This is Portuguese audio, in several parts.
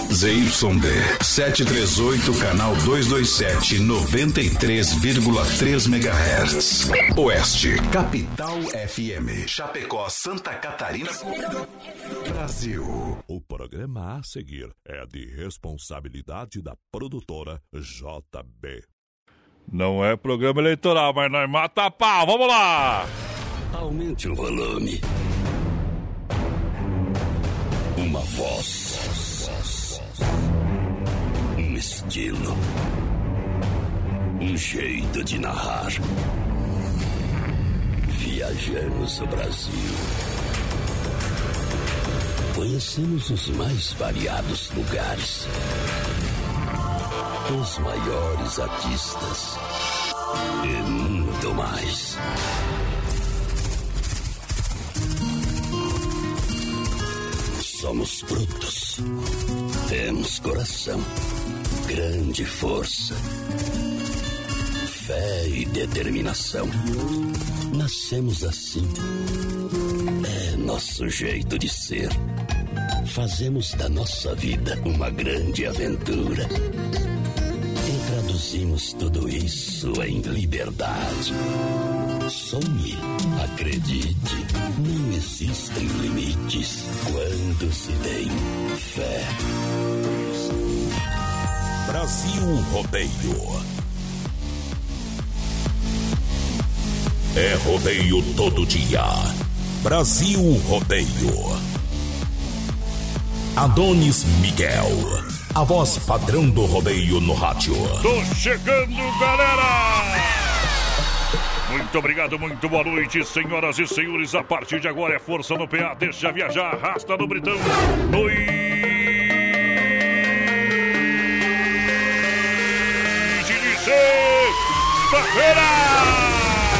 ZYD 738, canal 227, 93,3 MHz. Oeste, Capital FM. Chapecó, Santa Catarina, Brasil. O programa a seguir é de responsabilidade da produtora JB. Não é programa eleitoral, mas nós mata a pau. Vamos lá! Aumente o volume. Uma voz. Um estilo. Um jeito de narrar. Viajamos o Brasil. Conhecemos os mais variados lugares. Os maiores artistas. E muito mais. Somos brutos. Temos coração. Grande força. Fé e determinação. Nascemos assim. É nosso jeito de ser. Fazemos da nossa vida uma grande aventura. E traduzimos tudo isso em liberdade. Sonhe, acredite, não existem limites quando se tem fé. Brasil Rodeio. É rodeio todo dia. Brasil Rodeio. Adonis Miguel, a voz padrão do rodeio no rádio. Tô chegando, galera! Muito obrigado, muito boa noite, senhoras e senhores. A partir de agora é força no PA, deixa viajar, arrasta no Britão. Noite de sexta-feira!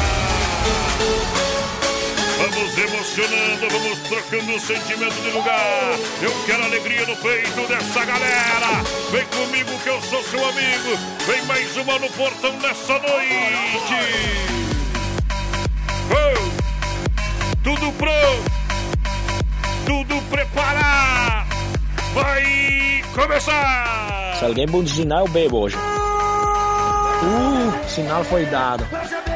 Vamos emocionando, vamos trocando o sentimento de lugar. Eu quero alegria no peito dessa galera. Vem comigo que eu sou seu amigo. Vem mais uma no portão nessa noite. Oh, tudo pronto, tudo preparado. Vai começar. Se alguém buzinar, eu bebo hoje. Sinal foi dado.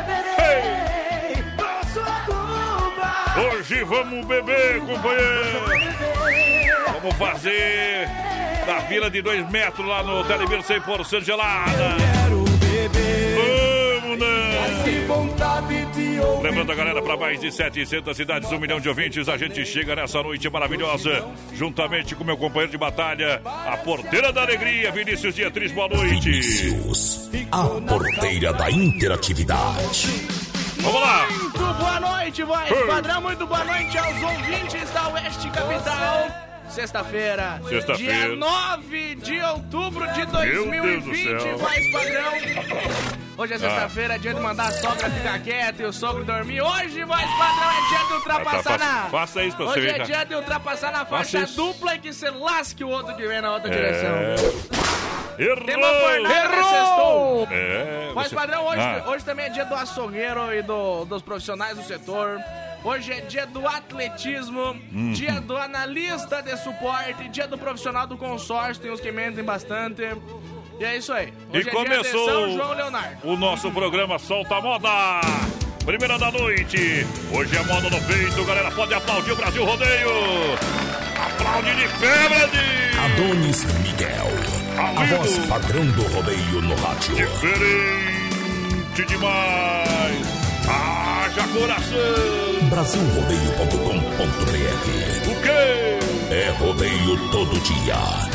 Hoje vamos beber, companheiro. Vamos fazer da fila de 2 metros lá no Telebir 100% gelada. Vamos, né? Lembrando a galera, para mais de 700 cidades, 1 milhão de ouvintes, a gente chega nessa noite maravilhosa, juntamente com meu companheiro de batalha, a porteira da alegria, Vinícius Dietrich, boa noite. Vinícius, a porteira da interatividade. Vamos lá! Muito boa noite, voz padrão, muito boa noite aos ouvintes da Oeste Capital. Sexta-feira, dia 9 de outubro de 2020, voz padrão. Hoje é sexta-feira, dia de mandar a sogra ficar quieta e o sogro dormir. Hoje, voz padrão, é dia de ultrapassar na... Faça isso pra você Hoje ver, é dia de ultrapassar na faixa dupla e que você lasque o outro que vem na outra direção. Errou! Tem uma fornada, sextou. Mas padrão, hoje também é dia do açougueiro e dos profissionais do setor. Hoje é dia do atletismo, dia do analista de suporte, dia do profissional do consórcio, tem uns que mentem bastante. E é isso aí. Hoje e começou dia de São João Leonardo. O nosso programa Solta a Moda. Primeira da noite. Hoje é moda no peito, galera. Pode aplaudir o Brasil Rodeio. Aplaude de febre de... Adonis Miguel, a voz padrão do rodeio no rádio. Diferente demais. Haja coração. Brasilrodeio.com.br. O quê? É rodeio todo dia.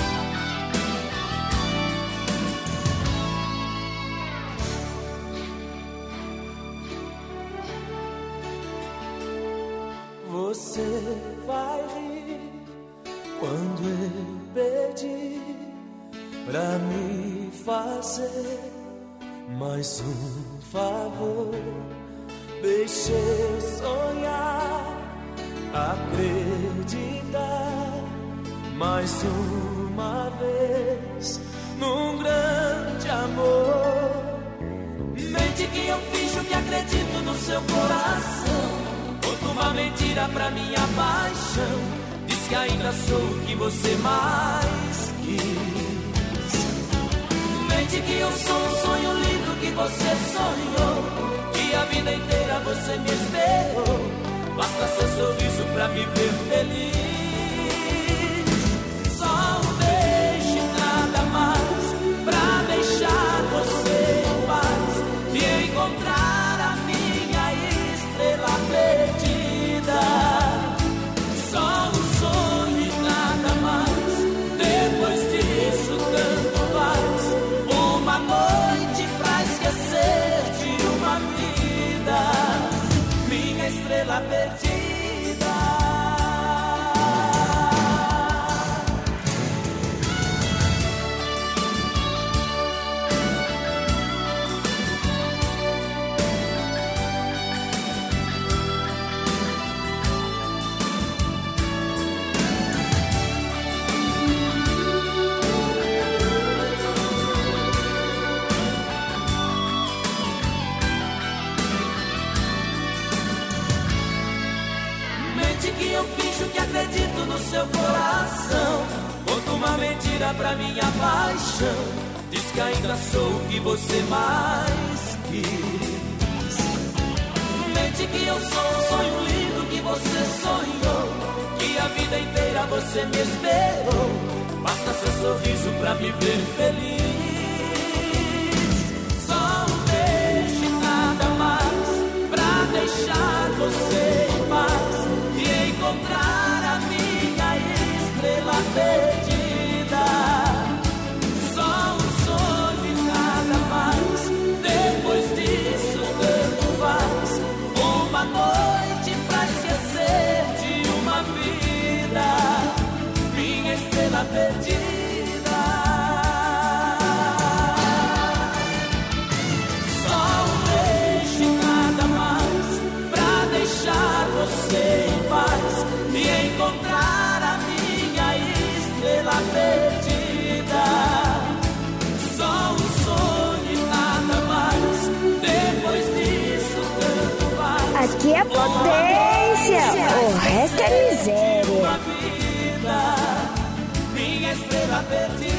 Você vai rir quando eu pedir pra me fazer mais um favor. Deixe eu sonhar, acreditar mais uma vez num grande amor. Mente que eu finjo que acredito no seu coração. Conta uma mentira pra minha paixão. Diz que ainda sou o que você mais quis. você me esperou. Basta seu sorriso pra me ver feliz. Só um beijo e nada mais pra deixar você em paz e encontrar a minha estrela perdida. Só um sonho e nada mais. Depois disso tanto faz. Uma noite pra esquecer de uma vida. Minha estrela perdida. Que eu finjo que acredito no seu coração. Conto uma mentira pra minha paixão. Diz que ainda sou o que você mais quis. Mente que eu sou um sonho lindo que você sonhou. Que a vida inteira você me esperou. Basta seu sorriso pra me ver feliz. Só um beijo e nada mais pra deixar você em paz e encontrar a minha estrela perdida. Só um sonho e nada mais. Depois disso tanto faz. Uma noite pra esquecer de uma vida. Minha estrela perdida. Só um beijo e nada mais pra deixar você em paz e encontrar a minha estrela perdida. Só um sonho e nada mais. Depois disso tanto faz. Aqui é potência, o resto é miséria. Uma vida, minha estrela perdida.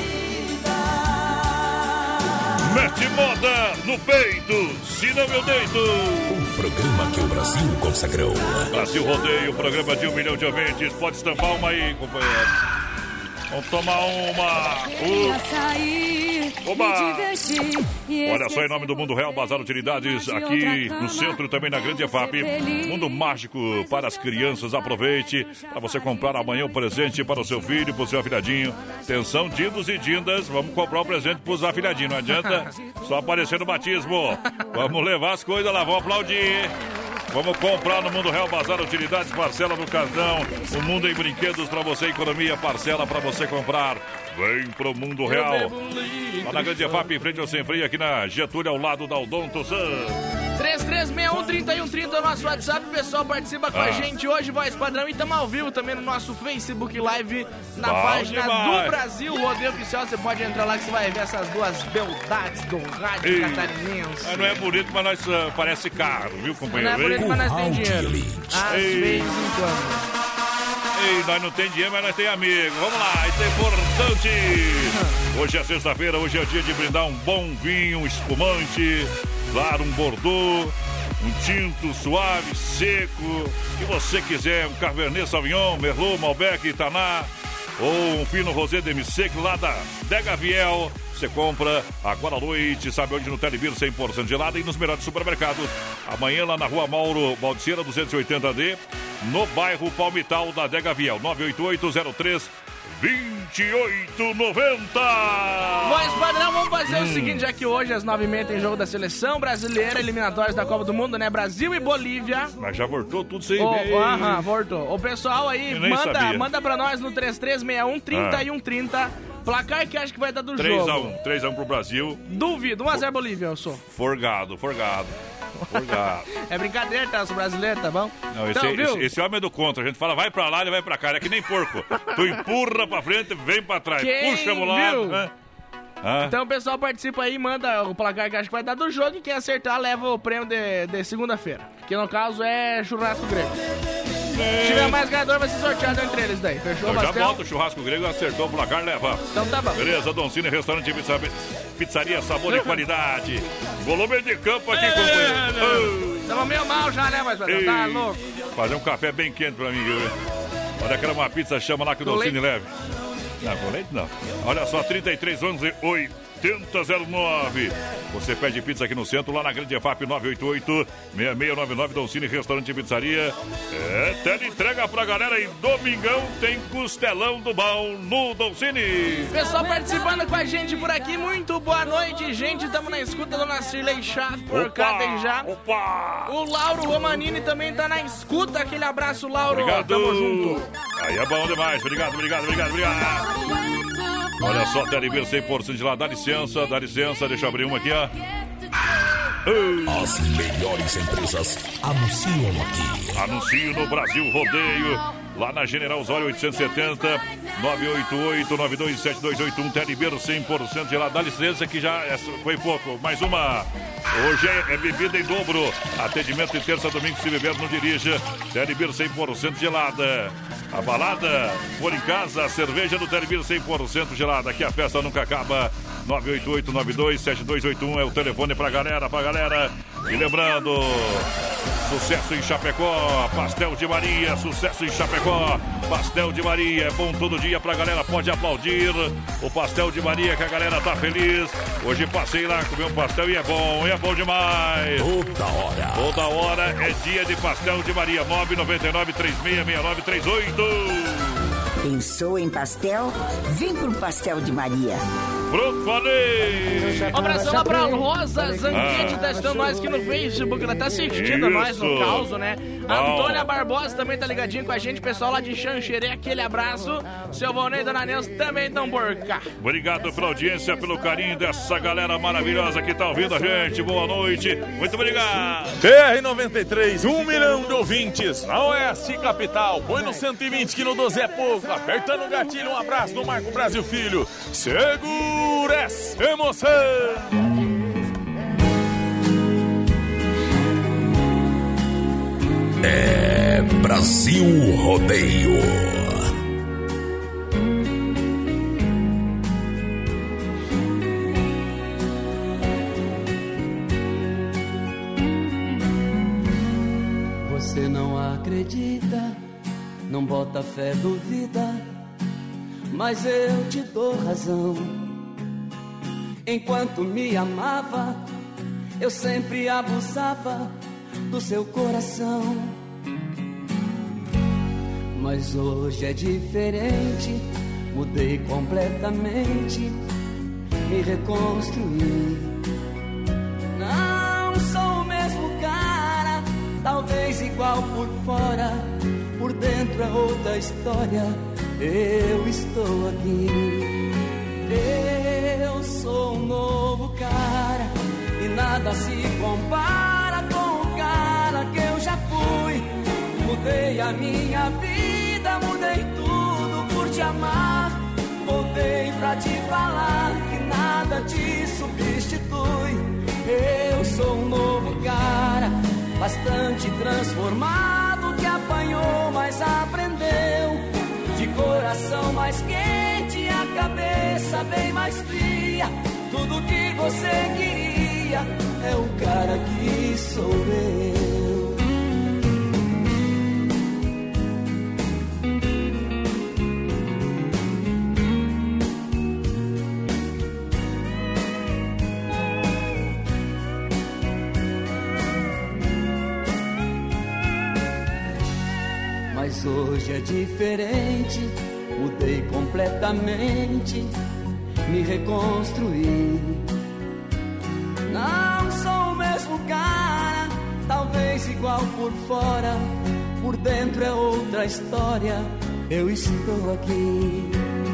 Mete moda no peito, se não eu deito. Um programa que o Brasil consagrou. Brasil Rodeio, programa de 1 milhão de ouvintes. Pode estampar uma aí, companheiro. Vamos tomar uma. Oba! Olha só, em nome do Mundo Real, Bazar Utilidades, aqui no centro, também na Grande EFAP. Mundo mágico para as crianças. Aproveite para você comprar amanhã o presente para o seu filho, para o seu afilhadinho. Atenção, dindos e dindas, vamos comprar o presente para os afilhadinhos. Não adianta só aparecer no batismo. Vamos levar as coisas lá, vamos aplaudir. Vamos comprar no Mundo Real, Bazar Utilidades, parcela no cartão. O mundo em brinquedos para você, economia, parcela para você comprar. Vem pro Mundo Real. Lá na Grande EFAP, em frente ao Sem Freio, aqui na Getúlio, ao lado da Odonto San. 3361-3130 é o nosso WhatsApp. O pessoal participa com a gente hoje, voz padrão. E estamos ao vivo também no nosso Facebook Live, na página do Brasil Rodeio Oficial. Você pode entrar lá que você vai ver essas duas beldades do rádio catarinense. Não é bonito, mas nós parece caro, viu, companheiro? Não é bonito, mas nós tem dinheiro. Às vezes em quando. Ei, nós não tem dinheiro, mas nós tem amigo. Vamos lá, isso é importante. Hoje é sexta-feira, hoje é o dia de brindar um bom vinho, um espumante, claro, um Bordeaux, um tinto suave, seco. Se você quiser um Cabernet Sauvignon, Merlot, Malbec, Taná, ou um Pinot Rosé Demi-Sec lá da Dega Viel. Você compra agora à noite, sabe onde? No Telebir 100% gelada e nos melhores supermercados. Amanhã lá na rua Mauro Baldiceira 280D, no bairro Palmital da Dega Viel, 98803 2890. Voz padrão, vamos fazer o seguinte, já que hoje às 9h30 tem jogo da seleção brasileira, eliminatórias da Copa do Mundo, né? Brasil e Bolívia. Mas já voltou tudo sem Aham, voltou. O pessoal aí, manda pra nós no 3361-3130. Placar que acha que vai dar do jogo. 3x1 pro Brasil. Duvido, 1x0 Bolívia, eu sou. Forgado. É brincadeira, tá? Eu sou brasileiro, tá bom? Não, esse homem é do contra. A gente fala, vai pra lá, ele vai pra cá. É que nem porco. Tu empurra pra frente, vem pra trás. Puxa pro lado, né? Então o pessoal participa aí, manda o placar que acha que vai dar do jogo e quem acertar leva o prêmio de segunda-feira. Que no caso é churrasco grego. Se tiver mais ganhador, vai ser sorteado entre eles daí. Fechou, Bastel? Já volta o churrasco grego, acertou o placar, leva. Então tá bom. Beleza, Doncini, restaurante pizzaria, sabor e qualidade. Volume de campo aqui, companheiro. Estamos meio mal já, né, mas tá louco. Fazer um café bem quente pra mim, viu? Olha aquela uma pizza, chama lá que o Dolcine leve. Não, com leite não. Olha só, 3311 8009. Você pede pizza aqui no centro, lá na Grande EFAP 988-6699, Dolcine Restaurante e Pizzaria. Teleentrega pra galera e domingão tem costelão do bom no Dolcine. Pessoal participando com a gente por aqui, muito boa noite, gente. Estamos na escuta da Dona Cirlei Schaff por cá já. Opa! O Lauro Romanini também tá na escuta. Aquele abraço, Lauro. Obrigado. Tamo junto. Aí é bom demais. Obrigado. Olha só, Telebir 100% de lá. Dá licença. Deixa eu abrir uma aqui, ó. As melhores empresas anunciam aqui. Anuncio no Brasil Rodeio. Lá na General Osório 870 988-927281. Telebir 100% de lá. Dá licença que já foi pouco. Mais uma. Hoje é bebida em dobro. Atendimento de terça a domingo, se beber não dirija. Telebir 100% gelada. A balada for em casa, a cerveja do Telebir 100% gelada. Aqui a festa nunca acaba. 988-927281 é o telefone pra galera. E lembrando, sucesso em Chapecó, Pastel de Maria, sucesso em Chapecó, Pastel de Maria, é bom todo dia pra galera, pode aplaudir o Pastel de Maria que a galera tá feliz. Hoje passei lá, comi um pastel e é bom demais. Toda hora é dia de Pastel de Maria, 999-366938. Pensou em pastel? Vem pro Pastel de Maria. Pronto, falei! Um abração lá pra Rosa Zanquete, testando nós aqui no Facebook. Ela tá assistindo nós no caos, né? A Antônia Barbosa também tá ligadinho com a gente. Pessoal lá de Xanxerê, aquele abraço. Seu Valnei e Dona Neuza também estão por cá. Obrigado pela audiência, pelo carinho dessa galera maravilhosa que tá ouvindo a gente. Boa noite, muito obrigado. BR-93, 1 milhão de ouvintes na Oeste Capital. Põe no 120 que no 12 é pouco. Apertando o gatilho, um abraço do Marco Brasil Filho. Segura essa emoção. É Brasil Rodeio. Você não acredita, não bota fé, duvida, mas eu te dou razão. Enquanto me amava, eu sempre abusava do seu coração. Mas hoje é diferente, mudei completamente, me reconstruí. Não sou o mesmo cara, talvez igual por fora, por dentro é outra história. Eu estou aqui. Eu sou um novo cara e nada se compara com o cara que eu já fui. Mudei a minha vida, mudei tudo por te amar. Voltei pra te falar que nada te substitui. Eu sou um novo cara, bastante transformado, que apanhou, mas aprendeu. De coração mais quente, a cabeça bem mais fria. Tudo que você queria é o cara que sou eu. Mas hoje é diferente, mudei completamente, me reconstruí. Não sou o mesmo cara, talvez igual por fora, por dentro é outra história. Eu estou aqui.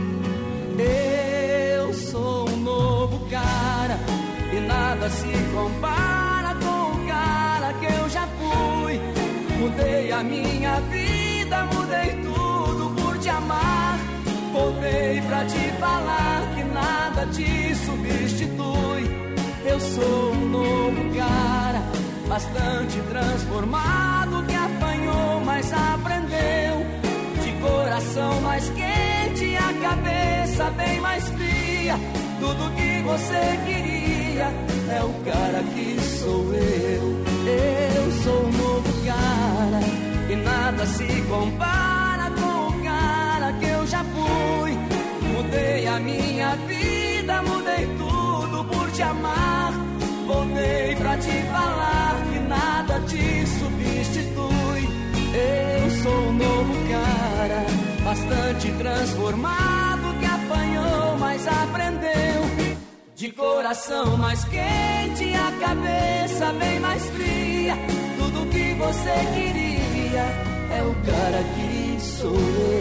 Eu sou um novo cara e nada se compara com o cara que eu já fui. Mudei a minha vida, mudei tudo por te amar. Voltei pra te falar que nada te substitui. Eu sou um novo cara, bastante transformado, que apanhou, mas aprendeu. De coração mais quente, a cabeça bem mais fria. Tudo que você queria é o cara que sou eu. Eu sou um novo cara e nada se compara com o cara que eu já fui. Mudei a minha vida, mudei tudo por te amar. Voltei pra te falar que nada te substitui. Eu sou um novo cara, bastante transformado, que apanhou, mas aprendeu. De coração mais quente, a cabeça bem mais fria. Tudo que você queria é o cara que sou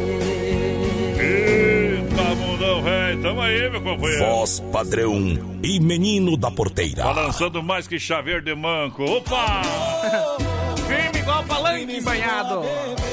eu. Eita, mundão, velho. Tamo aí, meu companheiro. Voz padrão e menino da porteira. Balançando mais que chaveiro de manco. Opa! Firme igual palanque banhado.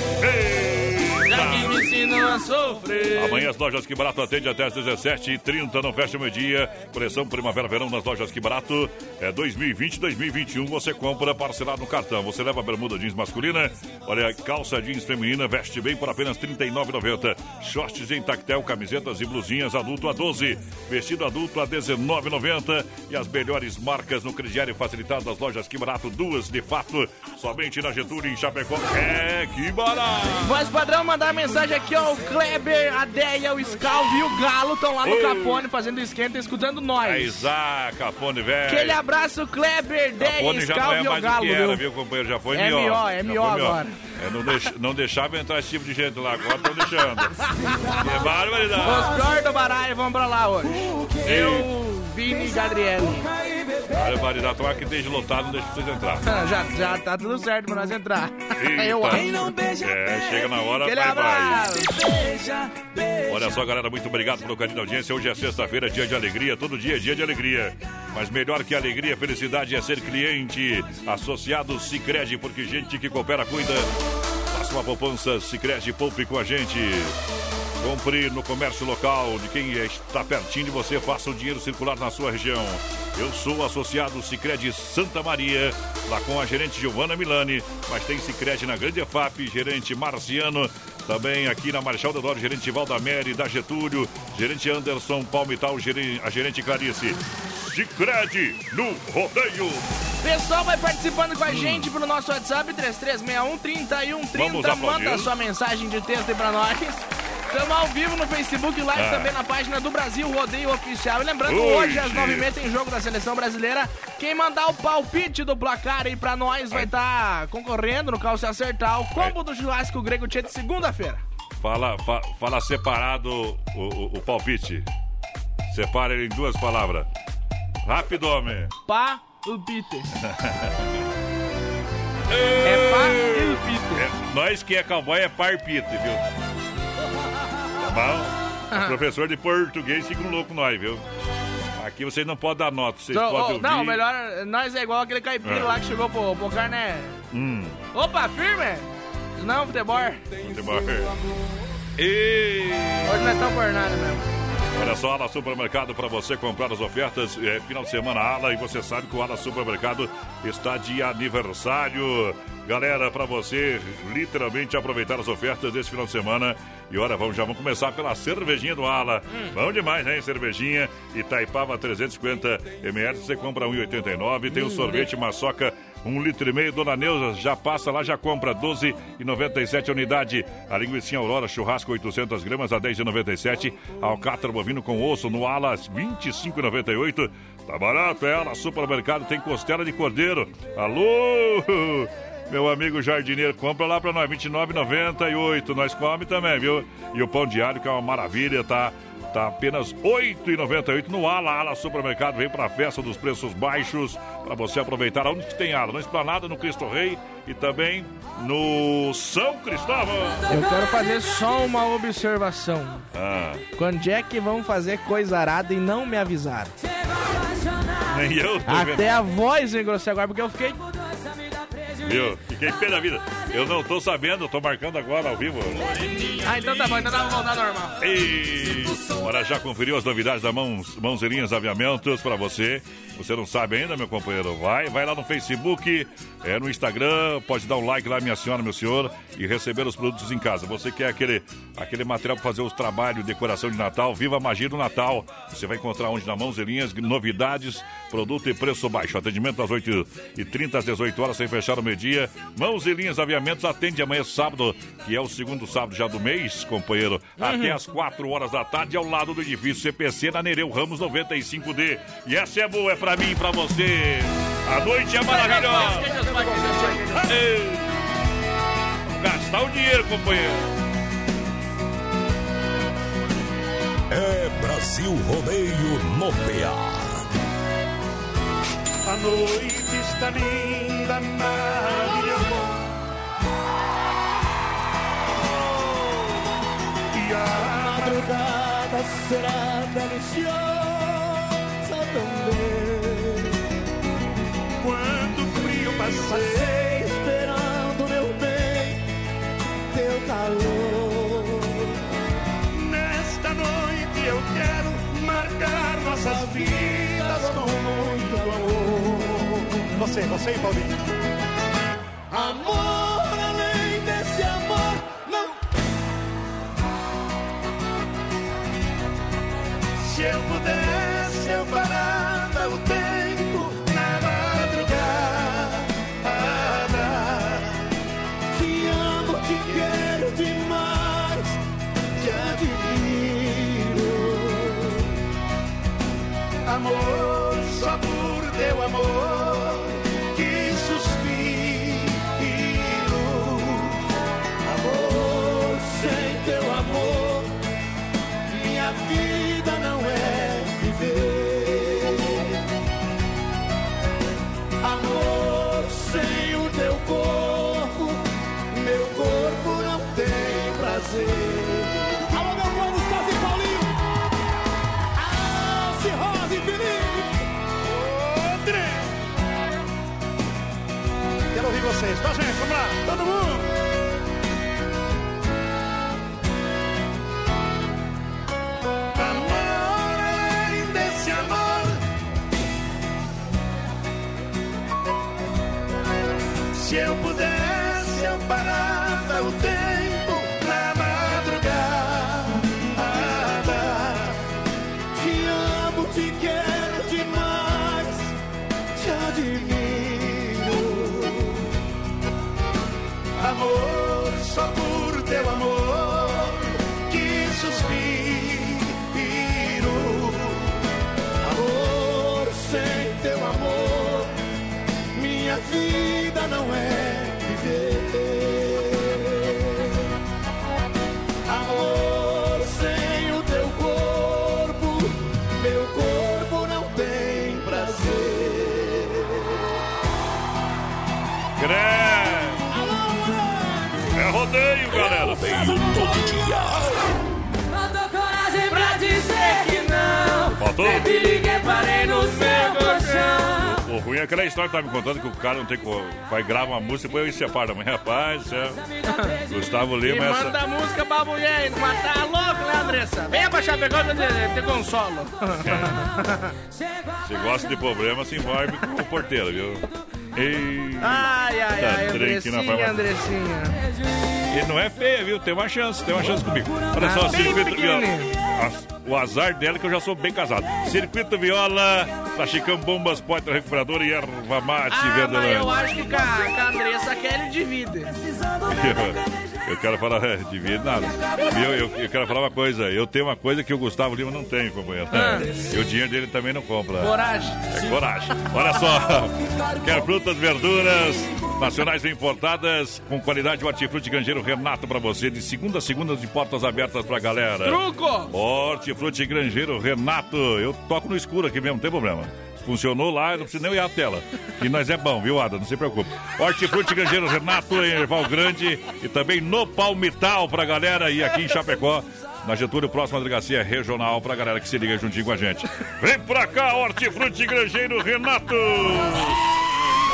Já que me ensinou a sofrer. Amanhã as lojas Que Barato atende até às 17h30, não fecha o meio-dia. Coleção Primavera-Verão nas lojas Que Barato. É 2020-2021, você compra parcelado no cartão. Você leva bermuda jeans masculina, olha, calça jeans feminina, veste bem por apenas R$ 39,90. Shorts em tactel, camisetas e blusinhas adulto a 12. Vestido adulto a R$ 19,90. E as melhores marcas no crediário facilitado das lojas Que Barato, duas de fato, somente na Getúlio, em Chapecó. É Que Barato. Voz padrão, mandar mensagem aqui, ó. O Kleber, a Deia, o Scalvi e o Galo estão lá no Capone fazendo esquenta, escutando nós. É Isaac, Capone, velho. Aquele abraço, Kleber, Deia, Scalvi e o Galo, viu, companheiro? Já foi é MO agora. Não deixava entrar esse tipo de gente lá, agora estão deixando. Que barbaridade. Os piores do baralho, vamos pra lá hoje. Eu, Vini e Gabriele. Barbaridade, tomara que esteja lotado, não deixa vocês entrar. Já tá tudo certo pra nós entrar. Eu acho. Chega na hora, vai. Olha só, galera, muito obrigado pelo carinho da audiência. Hoje é sexta-feira, dia de alegria, todo dia é dia de alegria. Mas melhor que alegria, felicidade é ser cliente associado Sicredi, porque gente que coopera, cuida. Faça uma poupança, Sicredi, poupe com a gente. Compre no comércio local de quem está pertinho de você, faça o dinheiro circular na sua região. Eu sou associado Sicredi Santa Maria, lá com a gerente Giovana Milani, mas tem Sicredi na Grande EFAP, gerente Marciano, também aqui na Marechal Deodoro, gerente Valdamere, da Getúlio, gerente Anderson Palmital, a gerente Clarice. Sicredi no rodeio. Pessoal, vai participando com a gente pelo nosso WhatsApp 3361-3130. Manda sua mensagem de texto aí pra nós. Estamos ao vivo no Facebook Live, também na página do Brasil Rodeio Oficial. E lembrando, hoje às 9h30 tem jogo da Seleção Brasileira. Quem mandar o palpite do placar aí pra nós vai estar concorrendo, no caso se acertar, o combo do churrasco grego Tchê de segunda-feira. Fala separado o palpite. Separa ele em duas palavras. Rápido, homem. Palpite. É palpite. Nós que é cowboy é parpite, viu? Tá bom? O professor de português fica um louco nós, viu? Aqui vocês não podem dar nota, vocês podem ouvir. Não, melhor, nós é igual aquele caipira lá que chegou pro carné. Opa, firme? Não, futebol. Hoje nós estamos por nada mesmo. Olha só, Ala Supermercado para você comprar as ofertas. Final de semana Ala, e você sabe que o Ala Supermercado está de aniversário. Galera, para você literalmente aproveitar as ofertas desse final de semana. E olha, já vamos começar pela cervejinha do Ala. Bom demais, né? Cervejinha Itaipava 350 ml, você compra 1,89. Tem o sorvete Maçoca 1,5 litro. Dona Neuza, já passa lá, já compra 12,97 a unidade. A linguiça Aurora churrasco 800 gramas a 10,97. Alcatra bovino com osso no Ala 25,98. Tá barato, Ala Supermercado tem costela de cordeiro. Alô! Meu amigo jardineiro, compra lá pra nós, R$ 29,98. Nós come também, viu? E o pão diário, que é uma maravilha, tá apenas R$ 8,98 no Ala Supermercado. Vem pra festa dos preços baixos, pra você aproveitar. Onde que tem Ala? No Esplanada, no Cristo Rei e também no São Cristóvão. Eu quero fazer só uma observação. Quando é que vão fazer coisa arada e não me avisaram? Nem eu. Até a voz engrossei agora, porque eu fiquei... Viu? Fiquei pé da vida. Eu não tô sabendo, tô marcando agora ao vivo. Então tá bom, então dá uma volta normal. E para já conferiu as novidades da Mãos e Linhas Aviamentos para você. Você não sabe ainda, meu companheiro? Vai lá no Facebook, no Instagram, pode dar um like lá, minha senhora, meu senhor, e receber os produtos em casa. Você quer aquele material para fazer os trabalhos, decoração de Natal, viva a magia do Natal. Você vai encontrar onde na Mãos e Linhas, novidades, produto e preço baixo. Atendimento das 8h30 às 18 horas, sem fechar o meio-dia. Mãos e Linhas Aviamentos atende amanhã sábado, que é o segundo sábado já do mês, companheiro, até às 4 horas da tarde, ao lado do edifício CPC, na Nereu Ramos 95D. E essa é boa, é pra mim e pra você. A noite é maravilhosa. Ei, gastar o dinheiro, companheiro. É Brasil Rodeio no PA. A noite está linda, maravilhosa. E a madrugada será deliciosa também. Quando o frio passei esperando, meu bem, teu calor. Nesta noite eu quero marcar nossas vidas com muito amor. Você e Paulinho. Amor, além desse amor, não. Se eu pudesse, eu parava o tempo na madrugada. Te amo, te quero demais, te admiro. Amor, só por teu amor que suspiro. Amor, sem teu amor, minha vida não é viver. Amor, sem o teu corpo, meu corpo não tem prazer. Alô, meu povo, Sassi e Paulinho. Alce, Rosa e Felipe. André. Quero ouvir vocês. Tá, gente? Vamos lá. Todo mundo. Amor, além desse amor. Se eu pudesse, eu parava o tempo na madrugada. Te amo, te quero demais, te admiro. Amor, só por teu amor que suspiro. Amor, sem teu amor, minha vida não é viver. Amor, sem o teu corpo, meu corpo não tem prazer. É rodeio, galera. Rodeio todo dia. Faltou coragem pra dizer que não. Faltou? Baby, liguei, parei no seu colchão. O ruim é aquela história que tá me contando que o cara não tem vai gravar uma música e depois ele separa. Mas rapaz, Gustavo Lima e manda a música pra mulher, mas tá louco, né, Andressa? Venha pra Chapecó pra ter consolo. Se gosta de problema, se envolve com o porteiro, viu? Ai, Andressinha. E não é feia, viu? Tem uma chance comigo. Olha só, Circuito Viola. O azar dela é que eu já sou bem casado. Circuito Viola, da Chicão Bombas, Poitra Recuperadora e Erva Mate Verdelândia. Eu acho que com a Andressa quer ele divide. Eu quero falar, divide nada. Eu quero falar uma coisa. Eu tenho uma coisa que o Gustavo Lima não tem, companheiro. E o dinheiro dele também não compra. Coragem. É coragem. Olha só. Quer frutas, verduras nacionais bem importadas, com qualidade de hortifruti grangeiro Renato pra você, de segunda a segunda, de portas abertas pra galera. Truco! Hortifruti grangeiro Renato. Eu toco no escuro aqui mesmo, não tem problema. Funcionou lá, eu não preciso nem olhar a tela. E nós é bom, viu, Ada? Não se preocupe. Hortifruti grangeiro Renato, em Erval Grande, e também no Palmital pra galera, e aqui em Chapecó, na Getúlio, próxima delegacia regional, pra galera que se liga juntinho com a gente. Vem pra cá, Hortifruti grangeiro Renato!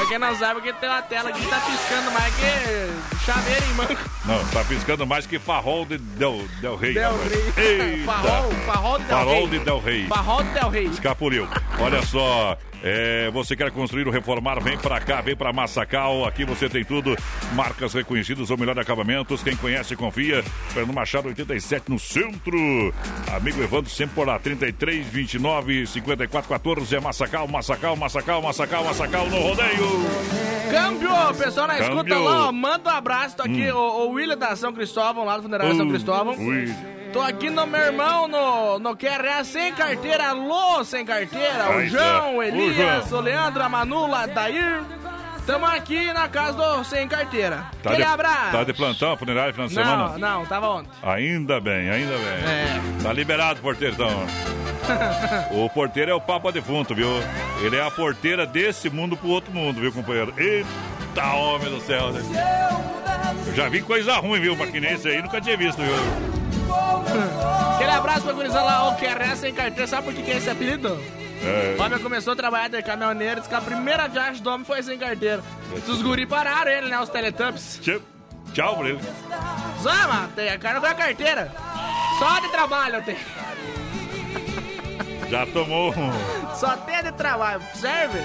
Pra quem não sabe, que tem uma tela aqui que tá piscando mais que chaveiro em manco. Não, tá piscando mais que farol de Del Rey. Del Rey. Farol de Del Rey. Farol de Del Rey. Escapuliu. Olha só, você quer construir ou reformar, vem pra cá, vem pra Massacal. Aqui você tem tudo, marcas reconhecidas ou melhor acabamentos. Quem conhece, confia. Fernando Machado, 87 no centro. Amigo Evandro, sempre por lá, 33, 29, 54, 14. É Massacal no rodeio. Câmbio, pessoal na escuta lá, ó, manda um abraço. Tô aqui, o William da São Cristóvão, lá do Funerário São Cristóvão. Tô aqui no meu irmão, no QRA sem carteira. Alô, sem carteira. O João, o Elias, o Leandro, a Manu, a Dair. Tamo aqui na casa do sem carteira. Aquele abraço. Tá de plantão, funerário, final de semana? Não, tava ontem. Ainda bem. Tá liberado, porteiro, então. O porteiro é o Papa Defunto, viu? Ele é a porteira desse mundo pro outro mundo, viu, companheiro? Eita, homem do céu, né? Eu já vi coisa ruim, viu? Maquinense aí, nunca tinha visto, viu? Aquele abraço pra gurizar lá, o QRS sem carteira. Sabe por que é esse apelido? O homem começou a trabalhar de caminhoneiro, disse que a primeira viagem do homem foi sem carteira. Os guri pararam ele, né? Os Teletubbies. Tchau pra ele. Só, mano, a cara não tem a carteira. Só de trabalho eu tenho. Já tomou. Só tem de trabalho. Serve?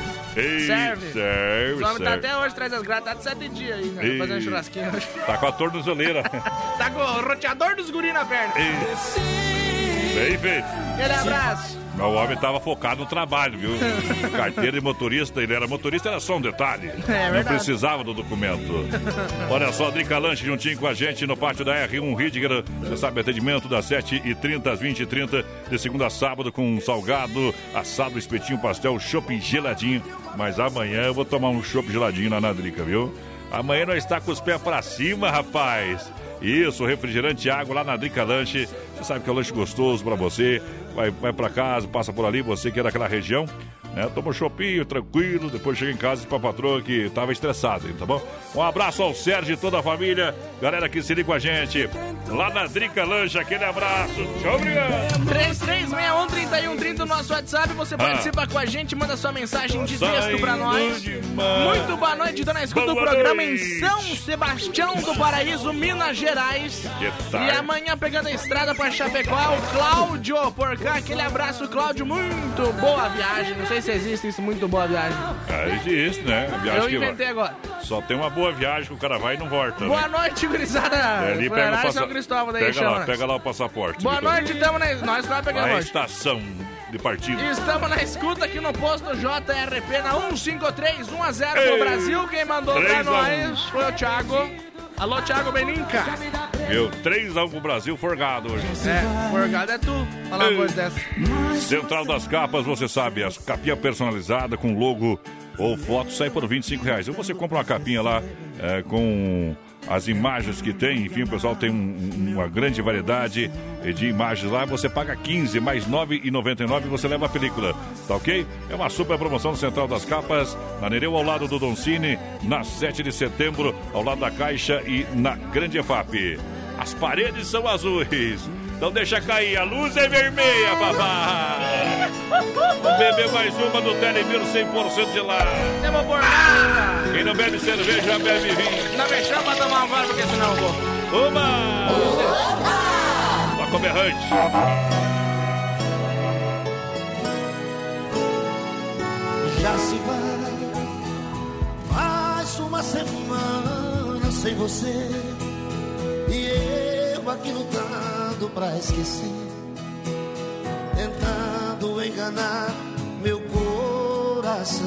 Serve. O homem tá até hoje, traz as gratas, tá de 7 dias aí, né? Fazendo um churrasquinho hoje. Tá com a tornozeleira. Tá com o roteador dos guri na perna. Bem feito. Aquele abraço. O homem tava focado no trabalho, viu? Carteira de motorista, ele era motorista, era só um detalhe. Não precisava do documento. Olha só, Drica Lanche juntinho com a gente no pátio da R1 Ridger. Você sabe, atendimento das 7h30 às 20h30, de segunda a sábado, com um salgado, assado, espetinho, pastel, chopp geladinho. Mas amanhã eu vou tomar um chopp geladinho lá na Drica, viu? Amanhã nós está com os pés pra cima, rapaz. Isso, refrigerante e água lá na Drica Lanche. Você sabe que é um lanche gostoso pra você. Vai pra casa, passa por ali, você que é daquela região, né? Toma um chopinho, tranquilo, depois chega em casa e diz pra patroa que tava estressado, tá bom? Um abraço ao Sérgio e toda a família, galera que se liga com a gente, lá na Drica Lanche, aquele abraço, tchau, obrigado! 33613130 no nosso WhatsApp, você participa com a gente, manda sua mensagem de texto pra nós. Muito boa noite, tô na escuta do programa em São Sebastião do Paraíso, Minas Gerais. E amanhã pegando a estrada pra Chapecó, o Cláudio por cá, aquele abraço, Cláudio, muito boa viagem, não sei se existe isso, muito boa viagem. Existe, né? Viagem eu inventei agora. Só tem uma boa viagem que o cara vai e não volta. Boa noite, gurizada. Ali pega São Cristóvão, daí pega lá o passaporte. Boa noite, nós lá pegando a estação de partida. Estamos na escuta aqui no posto JRP na 15310 no Brasil. Quem mandou pra nós foi o Thiago. Alô, Thiago Beninca. Meu, 3-1 pro Brasil, forgado hoje. Forgado é tu. Fala uma coisa dessa. Central das Capas, você sabe, as capinha personalizada com logo ou foto sai por R$25. Ou você compra uma capinha lá com as imagens que tem, enfim, o pessoal tem uma grande variedade de imagens lá, você paga 15 mais R$9,99 e você leva a película, tá ok? É uma super promoção no Central das Capas, na Nereu, ao lado do Doncini, na 7 de setembro, ao lado da Caixa e na Grande EFAP. As paredes são azuis, então deixa cair, a luz é vermelha, papai! Vamos beber mais uma do Telemir 100% gelado. Temos por nada! Quem não bebe cerveja, bebe vinho. Não me chama pra tomar um gole, porque senão eu vou. Uma! Toca o berrante. Já se vai mais uma semana sem você e eu aqui lutando pra esquecer, tentando enganar meu coração.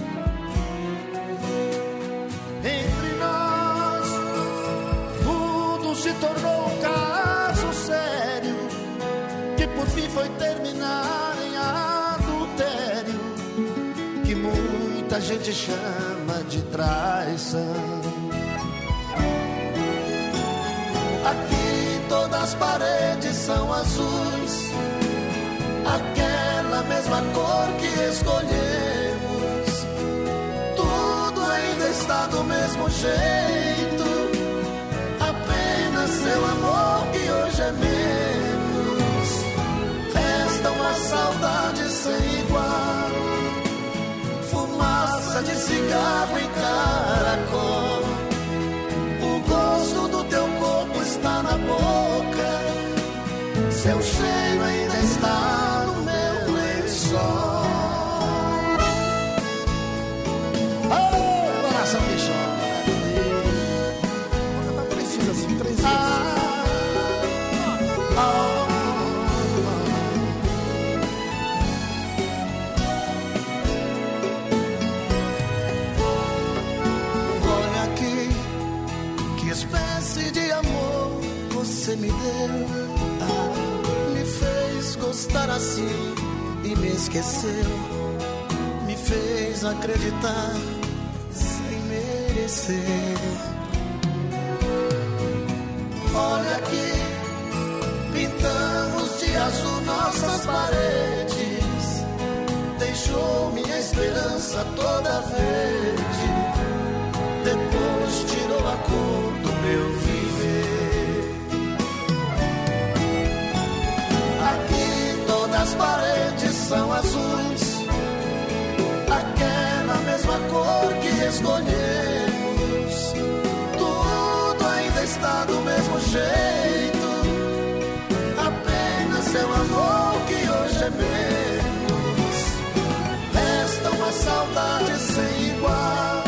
Entre nós tudo se tornou um caso sério, que por fim foi terminar em adultério, que muita gente chama de traição. Aqui todas as paredes são azuis, aquela mesma cor que escolhemos. Tudo ainda está do mesmo jeito, apenas seu amor que hoje é menos. Resta uma saudade sem igual, fumaça fumaça de cigarro em caracol. O gosto do teu corpo está na boca, seu cheiro ainda está no meu lençol. Oh, coração que chora, precisa assim 3 vezes. Olha aqui, que espécie de amor você me deu. Me fez gostar assim e me esqueceu. Me fez acreditar sem merecer. Olha aqui, pintamos de azul nossas paredes. Deixou minha esperança toda verde. Depois tirou a cor do meu viver. Aqui todas as paredes são azuis, aquela mesma cor que escolhemos. Tudo ainda está do mesmo jeito, apenas seu amor que hoje é menos. Resta uma saudade sem igual,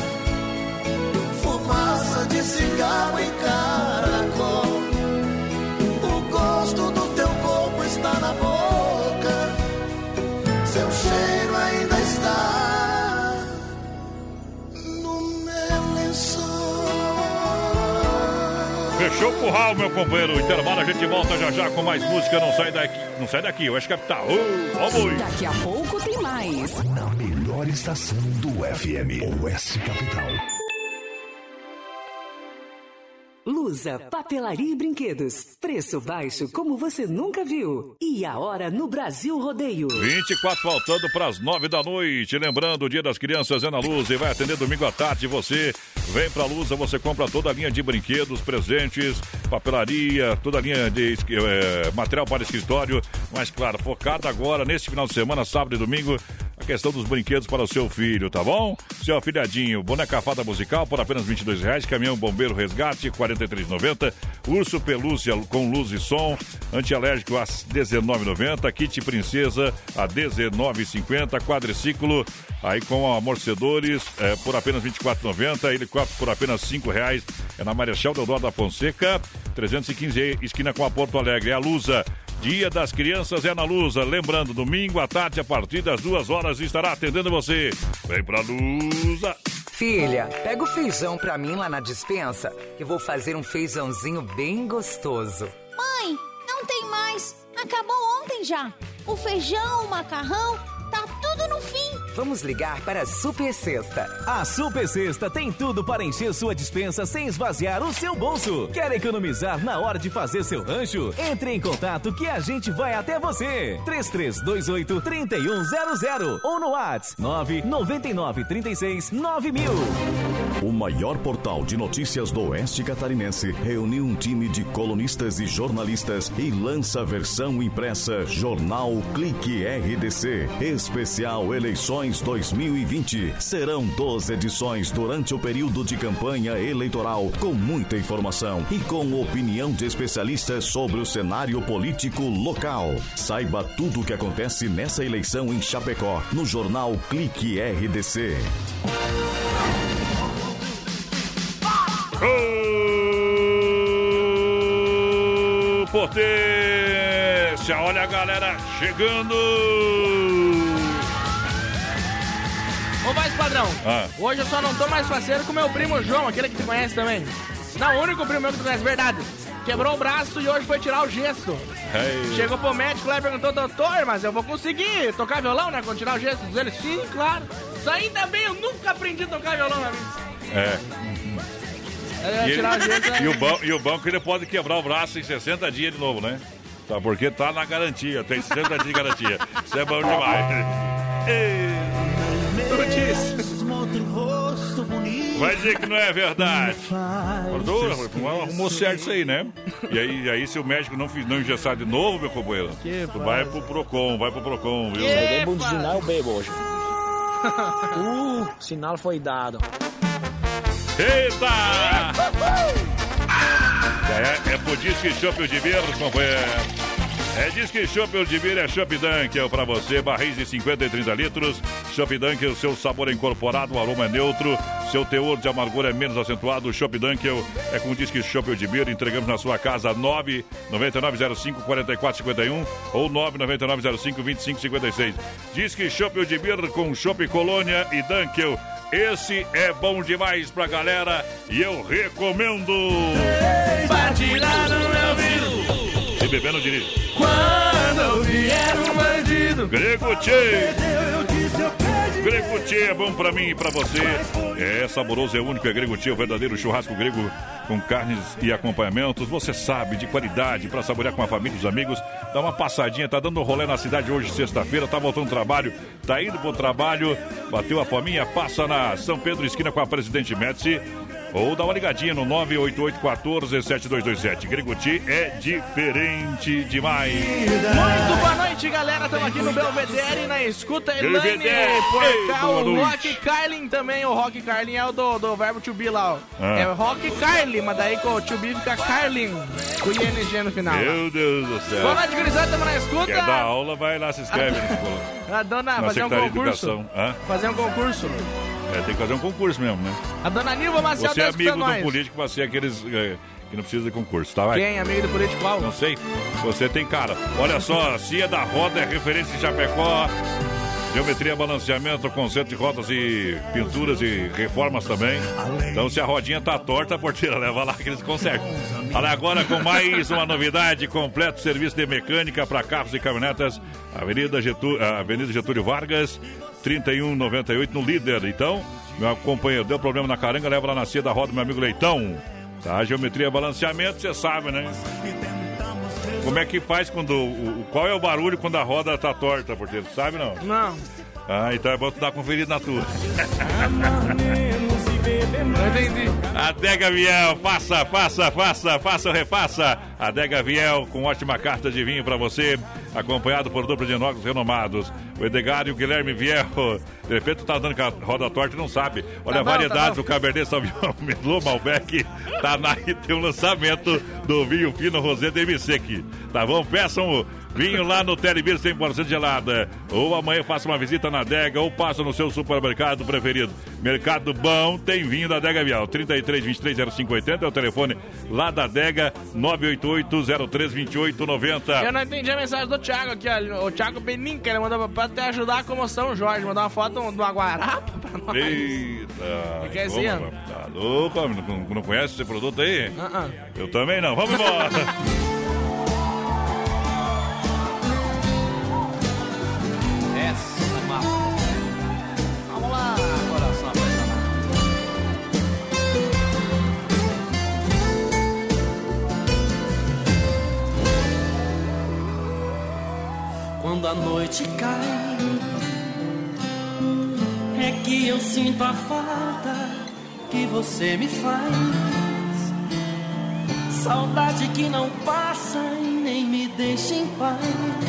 fumaça de cigarro em caracol. O gosto do teu corpo está na boca, seu cheiro ainda está no meu lençol. Fechou o curral, meu companheiro. Intervalo, a gente volta já já com mais música. Não sai daqui, não sai daqui. Oeste Capital. Vamos. Daqui a pouco tem mais. Na melhor estação do FM, Oeste Capital. Lusa, papelaria e brinquedos. Preço baixo como você nunca viu. E a hora no Brasil Rodeio. 24 faltando para as 9 da noite. Lembrando, o Dia das Crianças é na Lusa e vai atender domingo à tarde. Você vem pra Lusa, você compra toda a linha de brinquedos, presentes, papelaria, toda a linha de material para escritório. Mas claro, focado agora nesse final de semana, sábado e domingo, a questão dos brinquedos para o seu filho, tá bom? Seu afilhadinho, boneca fada musical por apenas R$22, caminhão bombeiro resgate R$43,90, urso pelúcia com luz e som, antialérgico a R$19,90, kit princesa a R$19,50, quadriciclo aí com amortecedores por apenas R$24,90, helicóptero por apenas R$5, é na Marechal Deodoro da Fonseca, 315, esquina com a Porto Alegre, é a Lusa. Dia das Crianças é na Lusa. Lembrando, domingo à tarde, a partir das 2 horas, estará atendendo você. Vem pra Lusa. Filha, pega o feijão pra mim lá na despensa, que vou fazer um feijãozinho bem gostoso. Mãe, não tem mais. Acabou ontem já. O feijão, o macarrão, tá tudo no fim. Vamos ligar para a Super Sexta. A Super Sexta tem tudo para encher sua despensa sem esvaziar o seu bolso. Quer economizar na hora de fazer seu rancho? Entre em contato que a gente vai até você. 3328-3100 ou no WhatsApp 999369000. O maior portal de notícias do Oeste Catarinense reuniu um time de colunistas e jornalistas e lança a versão impressa Jornal Clique RDC. Especial Eleições 2020. Serão 12 edições durante o período de campanha eleitoral, com muita informação e com opinião de especialistas sobre o cenário político local. Saiba tudo o que acontece nessa eleição em Chapecó, no Jornal Clique RDC. Potência, olha a galera chegando. Ô, Voz Padrão, hoje eu só não tô mais faceiro com meu primo João, aquele que tu conhece também. Não, o único primo meu que tu conhece, verdade. Quebrou o braço e hoje foi tirar o gesso. Hey. Chegou pro médico lá e perguntou: doutor, mas eu vou conseguir tocar violão, né, quando tirar o gesso? Diz ele: sim, claro. Isso ainda bem, eu nunca aprendi a tocar violão na vida. E o banco ele pode quebrar o braço em 60 dias de novo, né? Tá, porque tá na garantia, tem 60 dias de garantia. Isso é bom demais. Vai dizer que não é verdade. Arrumou certo isso aí, né? E aí se o médico não engessar de novo, meu companheiro, tu vai pro Procon, viu? Eu bebo hoje. Sinal foi dado. Eita! É por Disque Chopp Udimir, companheiro. É Disque Chopp Udimir, é Chopp Dunkel pra você. Barris de 50 e 30 litros. Chopp Dunkel, seu sabor é incorporado, o aroma é neutro. Seu teor de amargura é menos acentuado. Chopp Dunkel é com Disque Chopp Udimir. Entregamos na sua casa 99905-4451 ou 99905-2556. Disque Chopp Udimir com Chopp Colônia e Dunkel. Esse é bom demais pra galera e eu recomendo. Pra tirar no meu ouvido. E bebendo dirige. Quando vier um bandido. Grego Tchê. Grego Tchê é bom pra mim e pra você. É saboroso, é único, é Grego Tchê, o verdadeiro churrasco grego com carnes e acompanhamentos. Você sabe, de qualidade, pra saborear com a família e os amigos. Dá uma passadinha, tá dando um rolê na cidade hoje, sexta-feira, tá voltando ao trabalho, tá indo pro trabalho, bateu a fominha, passa na São Pedro, esquina com a Presidente Médici. Ou dá uma ligadinha no 988-14-7227. Greguti é diferente demais. Muito boa noite, galera. Estamos aqui no Belvedere, na escuta. Elaine, por cá, o Rock Carlin também. O Rock Carlin é o do verbo to be lá, ó. É Rock Carlin, mas daí com o to be fica Carlin, com ING no final. Meu Deus do céu. Boa noite, gurizada. Estamos na escuta. Quer dar aula, vai lá, se inscreve na escola. A dona, fazer um concurso. Fazer um concurso. É, tem que fazer um concurso mesmo, né? A dona Nilva Maciel Você é amigo do político, você é aqueles que não precisa de concurso, tá? Vai. Quem? Amigo do político qual? Não sei. Você tem cara. Olha só, Cia da Roda é referência em Chapecó. Geometria, balanceamento, conserto de rodas e pinturas e reformas também. Então, se a rodinha tá torta, a porteira leva lá que eles consertam. Olha agora com mais uma novidade: completo serviço de mecânica para carros e caminhonetas. Avenida Getúlio Vargas, 3198 no Líder. Então, meu companheiro, deu problema na caranga, leva lá na Cia da Roda, meu amigo Leitão. Tá? Geometria, balanceamento, você sabe, né? Como é que faz quando... Qual é o barulho quando a roda tá torta, porteiro? Sabe, não? Não. Ah, então é bom tu dar uma conferida na tua. Não entendi. Adega Viel, faça ou refaça. Adega Viel com ótima carta de vinho pra você, acompanhado por dupla de inox renomados. O Edgar e o Guilherme Viel. De repente tu tá dando com a roda torta e não sabe. Olha, a variedade do Cabernet Sauvignon, Merlot, Malbec, tá na e tem o lançamento do vinho fino Rosé DMC aqui. Tá bom? Peçam o vinho lá no Telebir 100% gelada. Ou amanhã faça uma visita na adega ou passa no seu supermercado preferido. Mercado bom, tem vinho da Adega Vial. 33-23-0580 é o telefone lá da adega. 988-03-2890. Eu não entendi a mensagem do Thiago aqui, ó. O Thiago Beninca, ele mandou pra te ajudar a comoção, Jorge. Mandou uma foto de uma guarapa pra nós. Eita. Que é esse ano? Tá louco? Não conhece esse produto aí? Eu também não. Vamos embora. Vamos lá, coração apaixonado. Quando a noite cai, é que eu sinto a falta que você me faz. Saudade que não passa e nem me deixa em paz.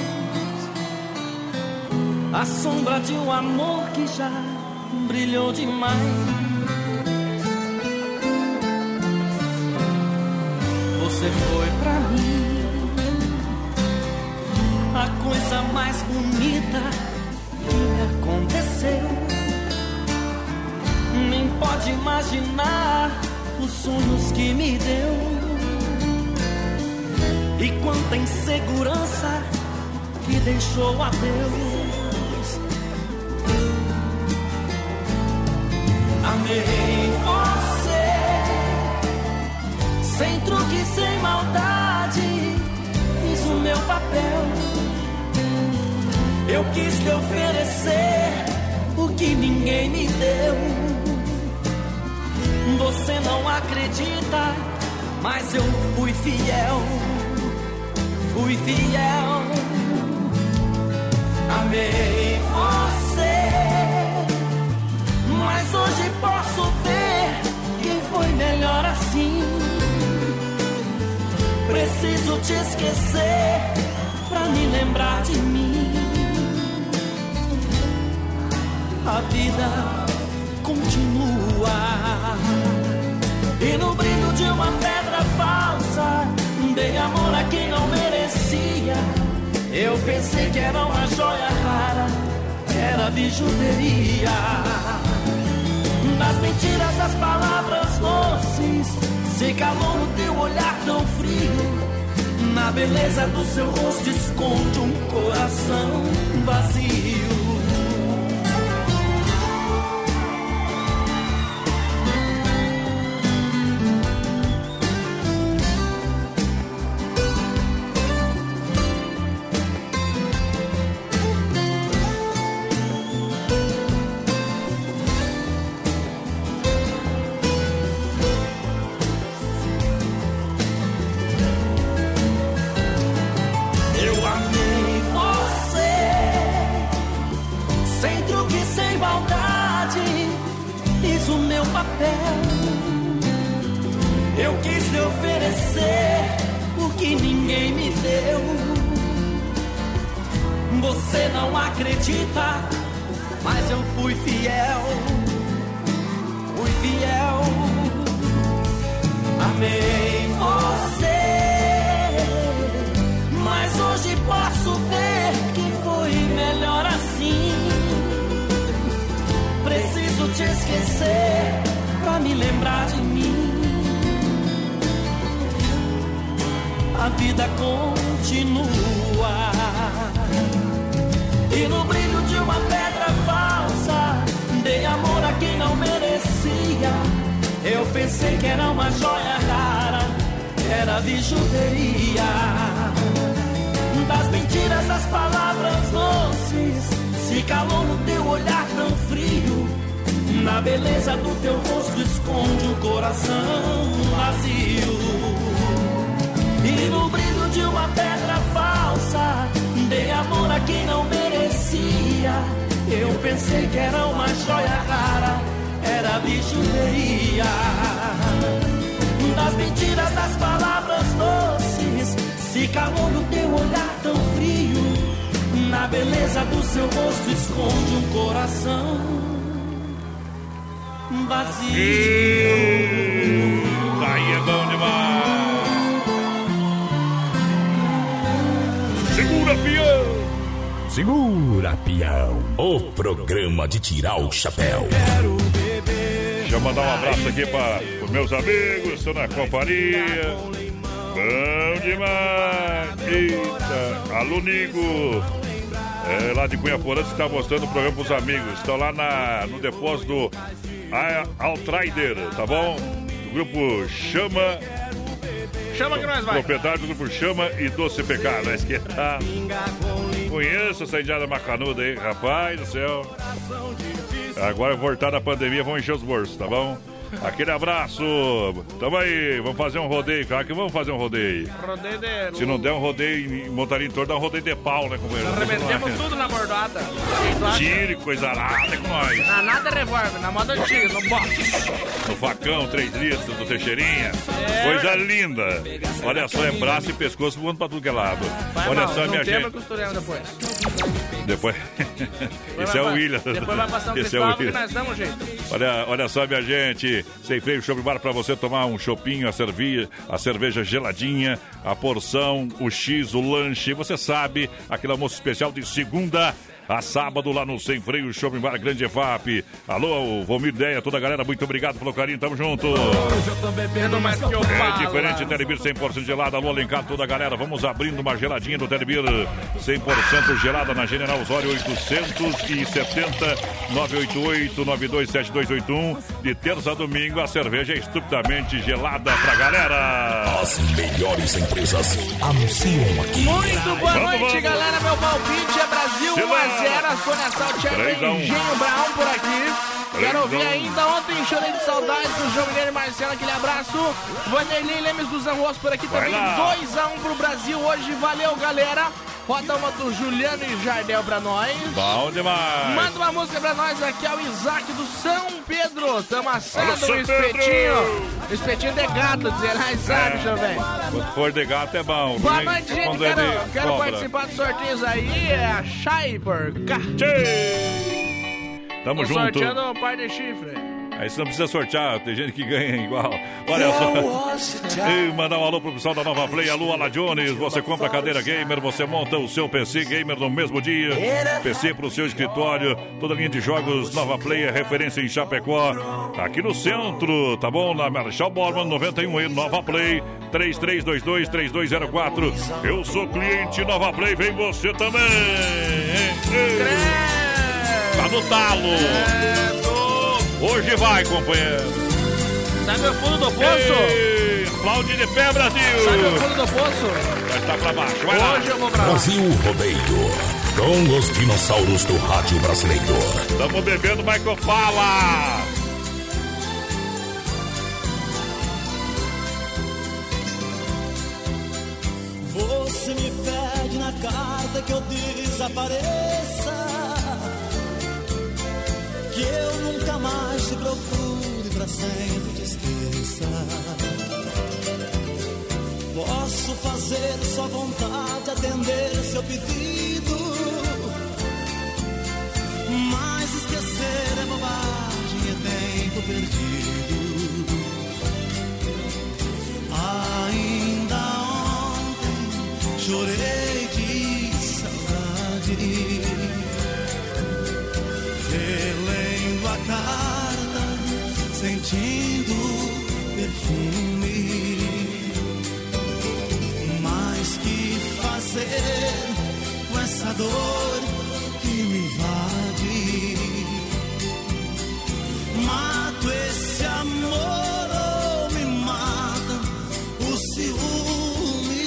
A sombra de um amor que já brilhou demais. Você foi pra mim a coisa mais bonita que me aconteceu. Nem pode imaginar os sonhos que me deu. E quanta insegurança que deixou a Deus. Amei você, sem truque, sem maldade, fiz o meu papel. Eu quis te oferecer o que ninguém me deu. Você não acredita, mas eu fui fiel. Fui fiel. Amei você, mas hoje posso ver que foi melhor assim. Preciso te esquecer pra me lembrar de mim. A vida continua. E no brilho de uma pedra falsa, dei amor a quem não merecia. Eu pensei que era uma joia rara, era bijuteria. Nas mentiras das palavras doces, se calou no teu olhar tão frio. Na beleza do seu rosto esconde um coração vazio. Eu quis lhe oferecer o que ninguém me deu. Você não acredita, mas eu fui fiel. Fui fiel. Amei você, mas hoje posso ver que foi melhor assim. Preciso te esquecer pra me lembrar de mim. A vida continua. E no brilho de uma pedra falsa, dei amor a quem não merecia. Eu pensei que era uma joia rara, era bijuteria. Das mentiras, das palavras doces, se calou no teu olhar tão frio. Na beleza do teu rosto esconde um coração vazio. E no brilho de uma pedra falsa, dei amor a quem não merecia. Eu pensei que era uma joia rara, era bijuteria. Das mentiras, das palavras doces, se calou no teu olhar tão frio. Na beleza do seu rosto esconde um coração vazio. Aí é bom demais. Segura, peão! Segura, peão! O programa de tirar o chapéu. Deixa eu mandar um abraço aqui para os meus amigos, estou na companhia. Bom demais! Eita! Alô, Nigo! Lá de Cunha Porã, você está mostrando o programa para os amigos. Estão lá no depósito do Outrider, tá bom? O grupo Chama que nós vai. Proprietário do grupo Chama e Doce PK, na esquerda. Conheço essa indiada macanuda aí, rapaz do céu. Agora voltar da pandemia, vamos encher os bolsos, tá bom? Aquele abraço. Tamo aí, vamos fazer um rodeio, claro que vamos fazer um rodeio. Rodeio de... Se não der um rodeio em montaria em torno, dá um rodeio de pau, né, companheiro? Arrebentemos tudo na bordada. Tire, coisa arada com nós. Na nada revólver, na moda antiga, no box. No facão, 3 litros, do Teixeirinha. Coisa linda. Olha só, é braço e pescoço voando pra tudo que é lado. Olha só, minha gente. Depois. Esse é o William. Depois vai passar um Cristóvão que nós damos jeito. Olha só, minha gente. Sem Freio Shopping Bar pra você tomar um chopinho, a cerveja geladinha, a porção, o X, o lanche. Você sabe, aquele almoço especial de segunda a sábado lá no Sem Freio Shopping Bar Grande EFAP. Alô, Vomir Ideia, toda a galera, muito obrigado pelo carinho, tamo junto. É diferente, Telebir 100% gelada. Alô, Alencar, toda a galera, vamos abrindo uma geladinha do Telebir 100% gelada na General Osório 870 988 927281. De terça a domingo, a cerveja é estupidamente gelada pra galera. As melhores empresas anunciam aqui. Muito boa noite, galera. Meu palpite é Brasil 1-0. A Sônia Saltier, Engenho Brown por aqui. Quero ouvir ainda. Ontem chorei de saudades do João Guilherme Marcelo. Aquele abraço. Vanderlei Lemes dos Arroz por aqui também. 2-1 pro Brasil hoje. Valeu, galera. Roda uma do Juliano e Jardel pra nós. Bom demais. Manda uma música pra nós aqui. É o Isaac do São Pedro. Tamo assando o espetinho. Espetinho de gato, dizer lá, sabe, jovem. Quando for de gato é bom. Boa noite, gente. Quero participar dos sorteios aí. É a Chay por cá. Tamo junto. Sorteando o par de chifre. Aí você não precisa sortear, tem gente que ganha igual. Olha só. E mandar um alô pro pessoal da Nova Play. Alô, Ala Jones. Você compra a cadeira gamer, você monta o seu PC gamer no mesmo dia. PC pro seu escritório. Toda linha de jogos Nova Play é referência em Chapecó. Aqui no centro, tá bom? Na Marechal Borman 91 e Nova Play 3322-3204. Eu sou cliente Nova Play, vem você também. Tá no talo. Hoje vai, companheiro. Sabe o fundo do poço? Aplaude de pé, Brasil. Sabe o fundo do poço? Vai estar pra baixo, vai lá. Hoje eu vou pra lá. Brasil Rodeio, com os dinossauros do rádio brasileiro. Tamo bebendo, Michael fala. Você me pede na carta que eu desapareça, que eu nunca mais te procure, pra sempre te esqueça. Posso fazer sua vontade, atender seu pedido, mas esquecer é bobagem, é tempo perdido. Ainda ontem chorei de saudade, relendo a carta, sentindo perfume. Mas que fazer com essa dor que me invade? Mato esse amor ou me mata o ciúme?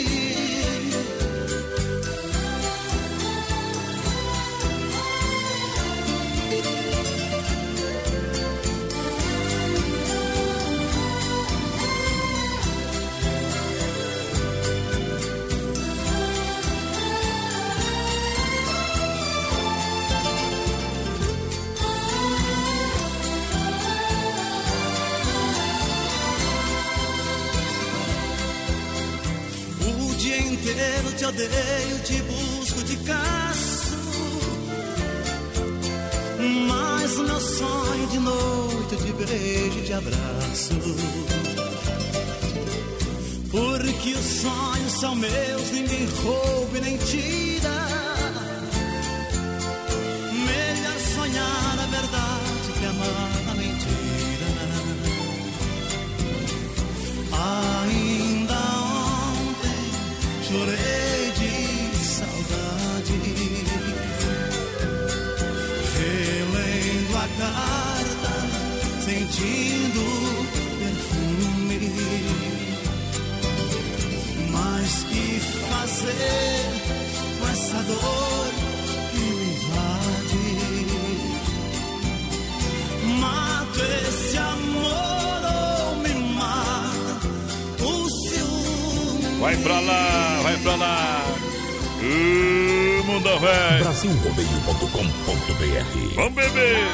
Eu te odeio, te busco, te caço, mas o meu sonho de noite eu te beijo e te abraço, porque os sonhos são meus, ninguém rouba e nem tira. Melhor sonhar a verdade que amar a mentira. Ainda chorei de saudade, relendo a carta, sentindo perfume. Mas que fazer com essa dor que me invade? Mato esse amor ou me mata o ciúme? Vai pra lá, vai pra lá. Mundo velho. Brasilrodeio.com.br. Vamos beber.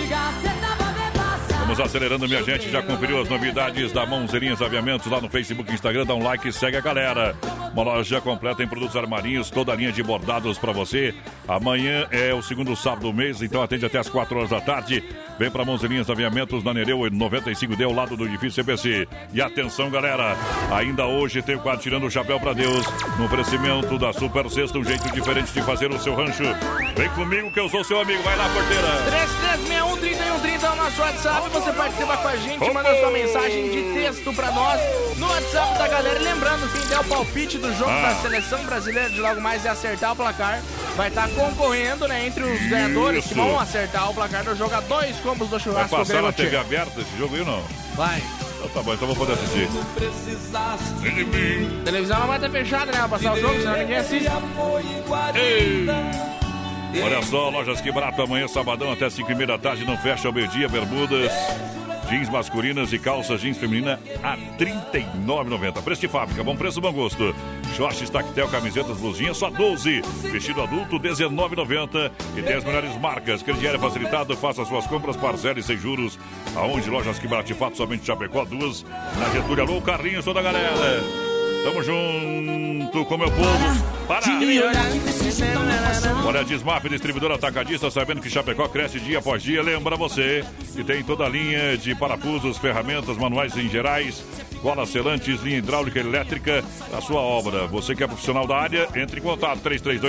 Vamos acelerando, minha gente. Já conferiu as novidades da Mãozinhas Aviamentos lá no Facebook, Instagram? Dá um like e segue a galera. Uma loja completa em produtos armarinhos, toda a linha de bordados pra você. Amanhã é o segundo sábado do mês, então atende até as 4 horas da tarde. Vem pra Mãozinhas Aviamentos na Nereu 95D, ao lado do edifício CPC. E atenção, galera, ainda hoje tem o quadro Tirando o Chapéu pra Deus, no oferecimento da Super Sexta, um jeito diferente de fazer o seu rancho. Vem comigo que eu sou seu amigo, vai lá, porteira. 3361-3130 é o nosso WhatsApp, você participa com a gente, manda sua mensagem de texto pra nós no WhatsApp da galera. Lembrando, quem der o palpite do jogo da Seleção Brasileira de logo mais e acertar o placar, vai estar concorrendo, né, entre os ganhadores que vão acertar o placar do jogo a 2 combos do churrasco. Vai passar na TV aberta esse jogo aí, não? Vai. Então tá bom, então vou poder assistir. A televisão não vai estar fechada, né? Vai passar o jogo, senão ninguém assiste. Ei. Olha só, Lojas Que Barato, amanhã, sabadão, até 5h30 da tarde, não fecha ao meio-dia, bermudas, jeans masculinas e calças jeans feminina a R$ 39,90. Preço de fábrica, bom preço, bom gosto. Shorts, tactel, camisetas, blusinhas, só 12. Vestido adulto, R$ 19,90. E tem as melhores marcas. Crediário facilitado, faça suas compras, parcele sem juros. Aonde Lojas Que Barato, de fato, somente Chapecó, 2. Na Getúlio, alô, Carlinhos, toda a galera. Tamo junto com meu povo. Para! Olha, a Desmaf, distribuidora atacadista, sabendo que Chapecó cresce dia após dia. Lembra você que tem toda a linha de parafusos, ferramentas, manuais em gerais, colas selantes, linha hidráulica, elétrica, a sua obra. Você que é profissional da área, entre em contato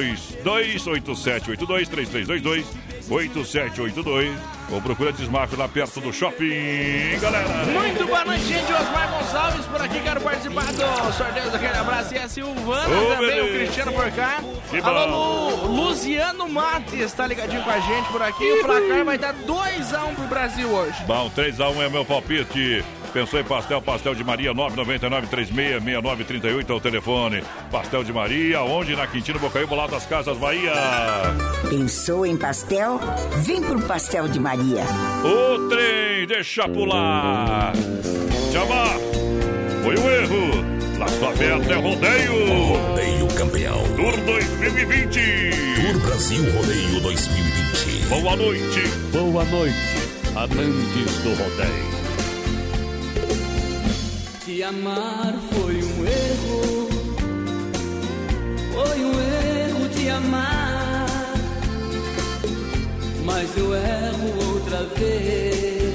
3322-8782, 3322-8782, ou procura Desmaf lá perto do shopping, galera. Muito boa noite, gente. Osmar Gonçalves por aqui, quero participar do sorteio daquele abraço. E a Silvana também, o Cristiano por cá. Alô, Luciano Mates, tá ligadinho com a gente por aqui. O placar vai dar 2-1 pro Brasil hoje. Bom, 3-1 é o meu palpite. Pensou em pastel de Maria, 999-366938 é o telefone. Pastel de Maria, onde? Na Quintino Bocaiúva, lá das Casas Bahia. Pensou em pastel? Vem pro Pastel de Maria. O trem, deixa pular. Chamar, foi um erro. Lá sua perto é rodeio. Rodeio campeão. Tour 2020. Tour Brasil Rodeio 2020. Boa noite. Boa noite, amantes do rodeio. Te amar foi um erro, foi um erro te amar, mas eu erro outra vez,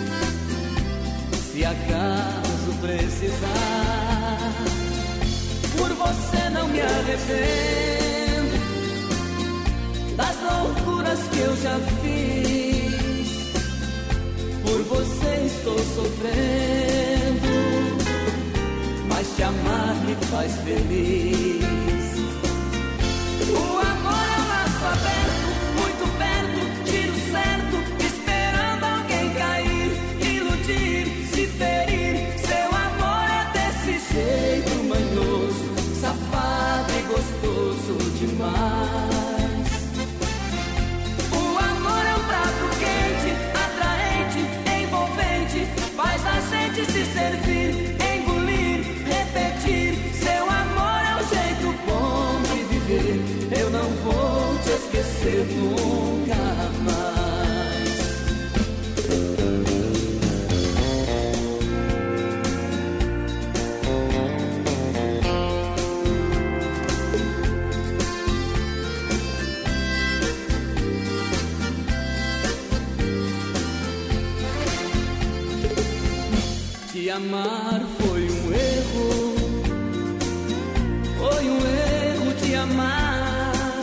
se acaso precisar, por você não me arrependo, das loucuras que eu já fiz, por você estou sofrendo, mas te amar me faz feliz. O amor é um laço aberto, muito perto, tiro certo, esperando alguém cair, iludir, se ferir. Seu amor é desse jeito manhoso, safado e gostoso demais. O amor é um prato quente, atraente, envolvente, faz a gente se servir, repetir, seu amor é um jeito bom de viver. Eu não vou te esquecer nunca mais. Te amar foi um erro, foi um erro te amar,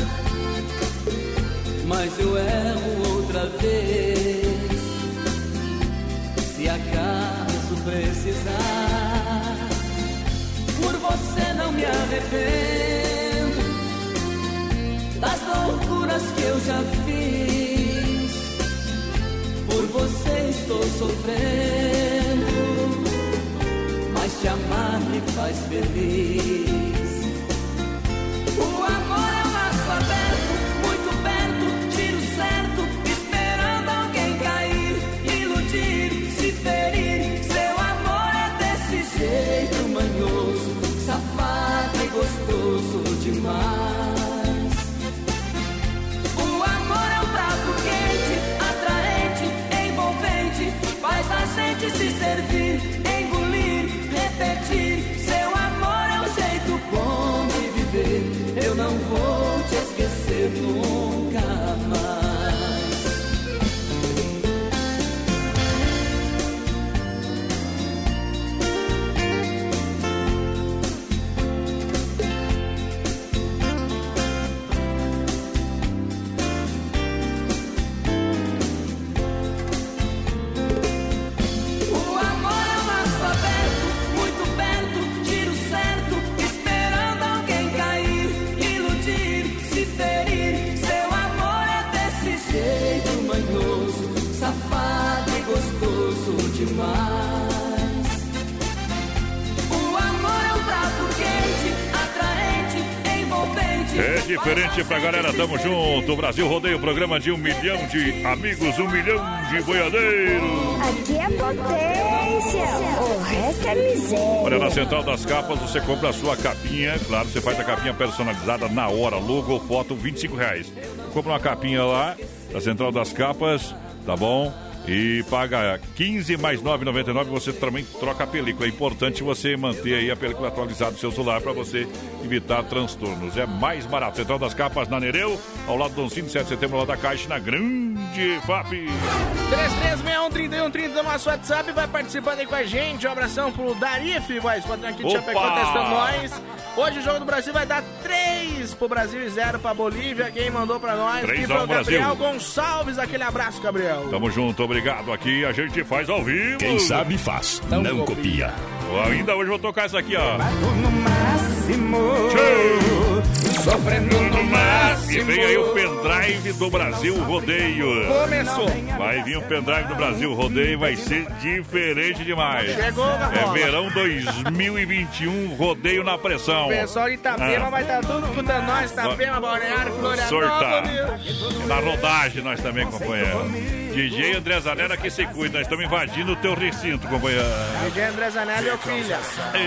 mas eu erro outra vez, se acaso precisar, por você não me arrependo, das loucuras que eu já fiz, por você estou sofrendo, mas te amar me faz feliz. O amor é um laço aberto, muito perto, tiro certo, esperando alguém cair, iludir, se ferir. Seu amor é desse jeito manhoso, safado e gostoso demais. O amor é um prato quente, atraente, envolvente, faz a gente se servir, repetir, seu amor é um jeito bom de viver. Eu não vou te esquecer nunca mais. Demais. O amor é um prato quente, atraente, envolvente. É diferente pra galera, tamo junto. Brasil Rodeio, programa de 1 milhão de amigos, 1 milhão de boiadeiros. Aqui é potência, o resto é miséria. Olha, na Central das Capas você compra a sua capinha, claro, você faz a capinha personalizada na hora, logo ou foto, R$25. Compra uma capinha lá, da Central das Capas, tá bom? E paga 15 mais 9,99. Você também troca a película. É importante você manter aí a película atualizada do seu celular para você evitar transtornos. É mais barato. Central das Capas na Nereu, ao lado do Doncini, 7 de setembro, ao lado da Caixa, na Grande FAP. 3361-3130 do nosso WhatsApp. Vai participando aí com a gente. Um abração pro Darif, voz padrão aqui de Chapecó, testando nós. Hoje o jogo do Brasil vai dar 3 pro Brasil e 0 pra Bolívia. Quem mandou pra nós? 3 foi o Gabriel Brasil. Gonçalves. Aquele abraço, Gabriel. Tamo junto, obrigado. Aqui a gente faz ao vivo. Quem sabe faz, não copia. Ainda hoje eu vou tocar isso aqui, ó. No máximo, sofrendo no máximo. E vem aí o pendrive do Brasil Rodeio. Começou. Vai vir o pendrive do Brasil Rodeio, vai ser diferente demais. Chegou, É verão 2021, rodeio na pressão. O pessoal de Itapema vai estar tudo escutando nós. Itapema, Balneário, Sortar. Florianópolis. Na rodagem nós também acompanhamos. DJ André Zanella que se cuida, nós estamos invadindo o teu recinto, companheiro. DJ André Zanella e o filha.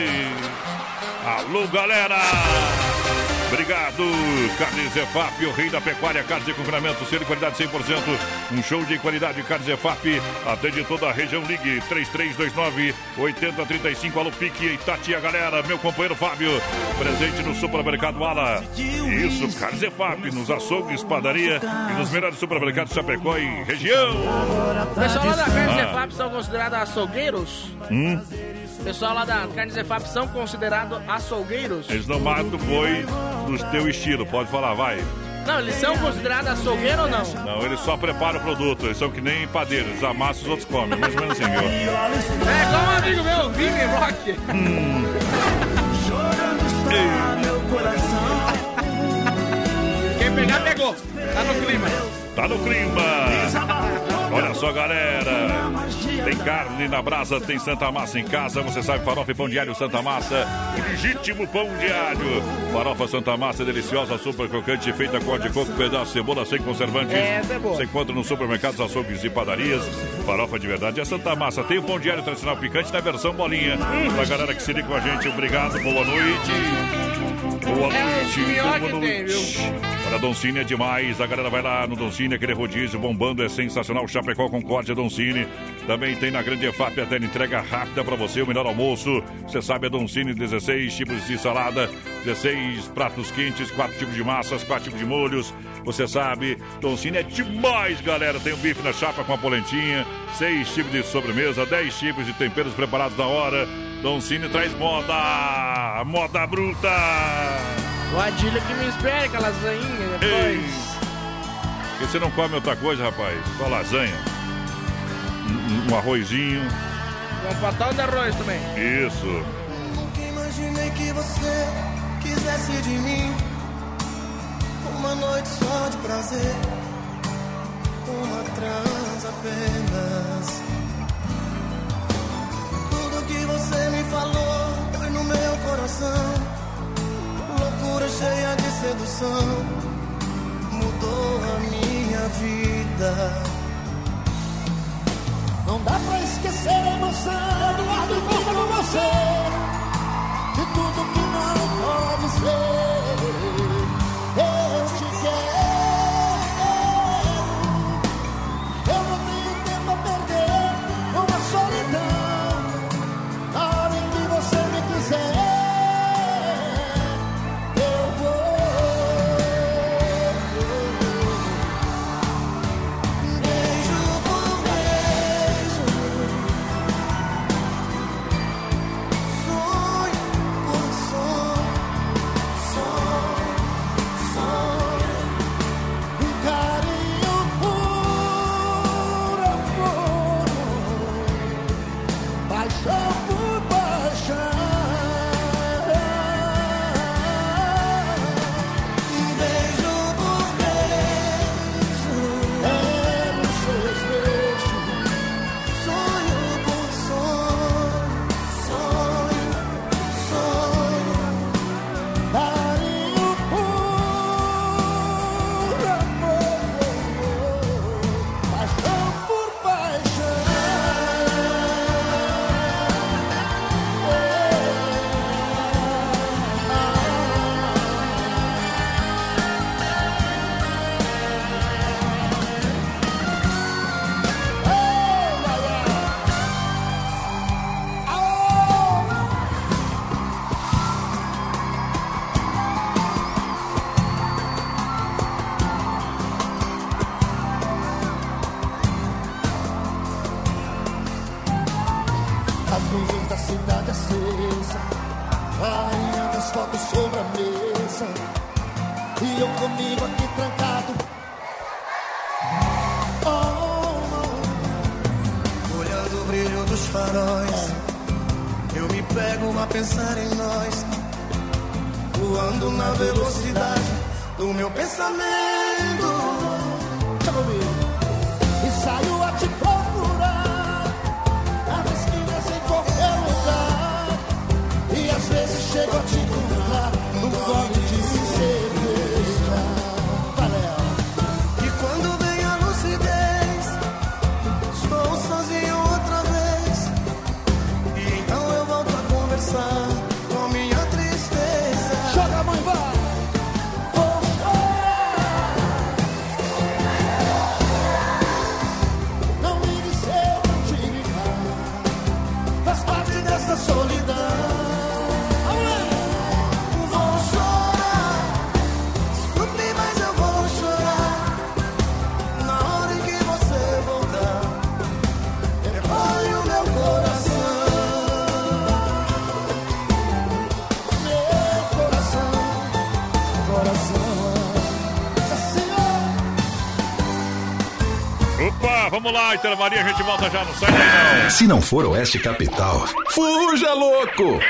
Alô, galera! Obrigado, Carnes EFAP, o rei da pecuária, carnes de confinamento, selo de qualidade 100%. Um show de qualidade, Carnes EFAP, atende toda a região, ligue 3329-8035, alô, Pique, Itati, a galera, meu companheiro Fábio, presente no supermercado Ala. Isso, Carnes EFAP, nos açougues, padaria e nos melhores supermercados Chapecó e região. O pessoal lá da Carnes EFAP são considerados açougueiros? O pessoal lá da Carnes EFAP são considerados açougueiros? Eles não matam o boi no teu estilo, pode falar, vai. Não, eles são considerados açougueiros ou não? Não, eles só preparam o produto, eles são que nem padeiros, eles amassam, os outros comem, mais ou menos assim, viu? É igual um amigo meu, Vini Rock. Quem pegar, pegou. Tá no clima. Tá no clima. Olha só, galera. Tem carne na brasa, tem Santa Massa em casa. Você sabe, farofa e pão diário Santa Massa. Legítimo pão diário. Farofa Santa Massa, deliciosa, super crocante, feita com óleo de coco, pedaço de cebola, sem conservantes. Essa é boa. Você encontra nos supermercados, açougues e padarias. Farofa de verdade é Santa Massa. Tem o pão diário tradicional picante na versão bolinha. Pra galera que se liga com a gente, obrigado, boa noite. Boa noite. Boa noite. Olha, Doncini é demais. A galera vai lá no Doncini, aquele rodízio bombando, é sensacional. Chapecó, Concórdia, Doncini. Também tem na Grande EFAP até entrega rápida pra você, o melhor almoço. Você sabe, é Doncini, 16 tipos de salada, 16 pratos quentes, 4 tipos de massas, 4 tipos de molhos. Você sabe, Doncini é demais, galera. Tem o bife na chapa com a polentinha, 6 tipos de sobremesa, 10 tipos de temperos preparados na hora. Doncini traz moda, moda bruta. O Adílio que me espera, aquela lasanha depois. Por que você não come outra coisa, rapaz? Só lasanha. Um arrozinho. Um patão de arroz também. Isso. Nunca imaginei que você quisesse de mim uma noite só de prazer, uma trans apenas. Tudo que você me falou foi no meu coração. Loucura cheia de sedução mudou a minha vida. Não dá pra esquecer a emoção. Eduardo Costa com você, de tudo que não pode ser. Eu te quero. Eu não tenho tempo a perder com a solidão. Na hora em que você me quiser, luz da cidade acesa, rainha das fotos sobre a mesa, e eu comigo aqui trancado. Olhando o brilho dos faróis, eu me pego a pensar em nós, voando na velocidade do meu pensamento. E saio a te procurar nas esquinas, em qualquer lugar, e às vezes chego a te encontrar num gole de cerveja. E quando vem a lucidez, estou sozinho outra vez, e então eu volto a conversar com minha tristeza. Joga a mãe, vai! Dessa solidão, vou chorar, desculpe, mas eu vou chorar. Na hora em que você voltar, recolhe o meu coração. Meu coração, Opa, vamos lá, Intermaria, a gente volta já, não sai daí não. Se não for Oeste Capital, fuja, louco!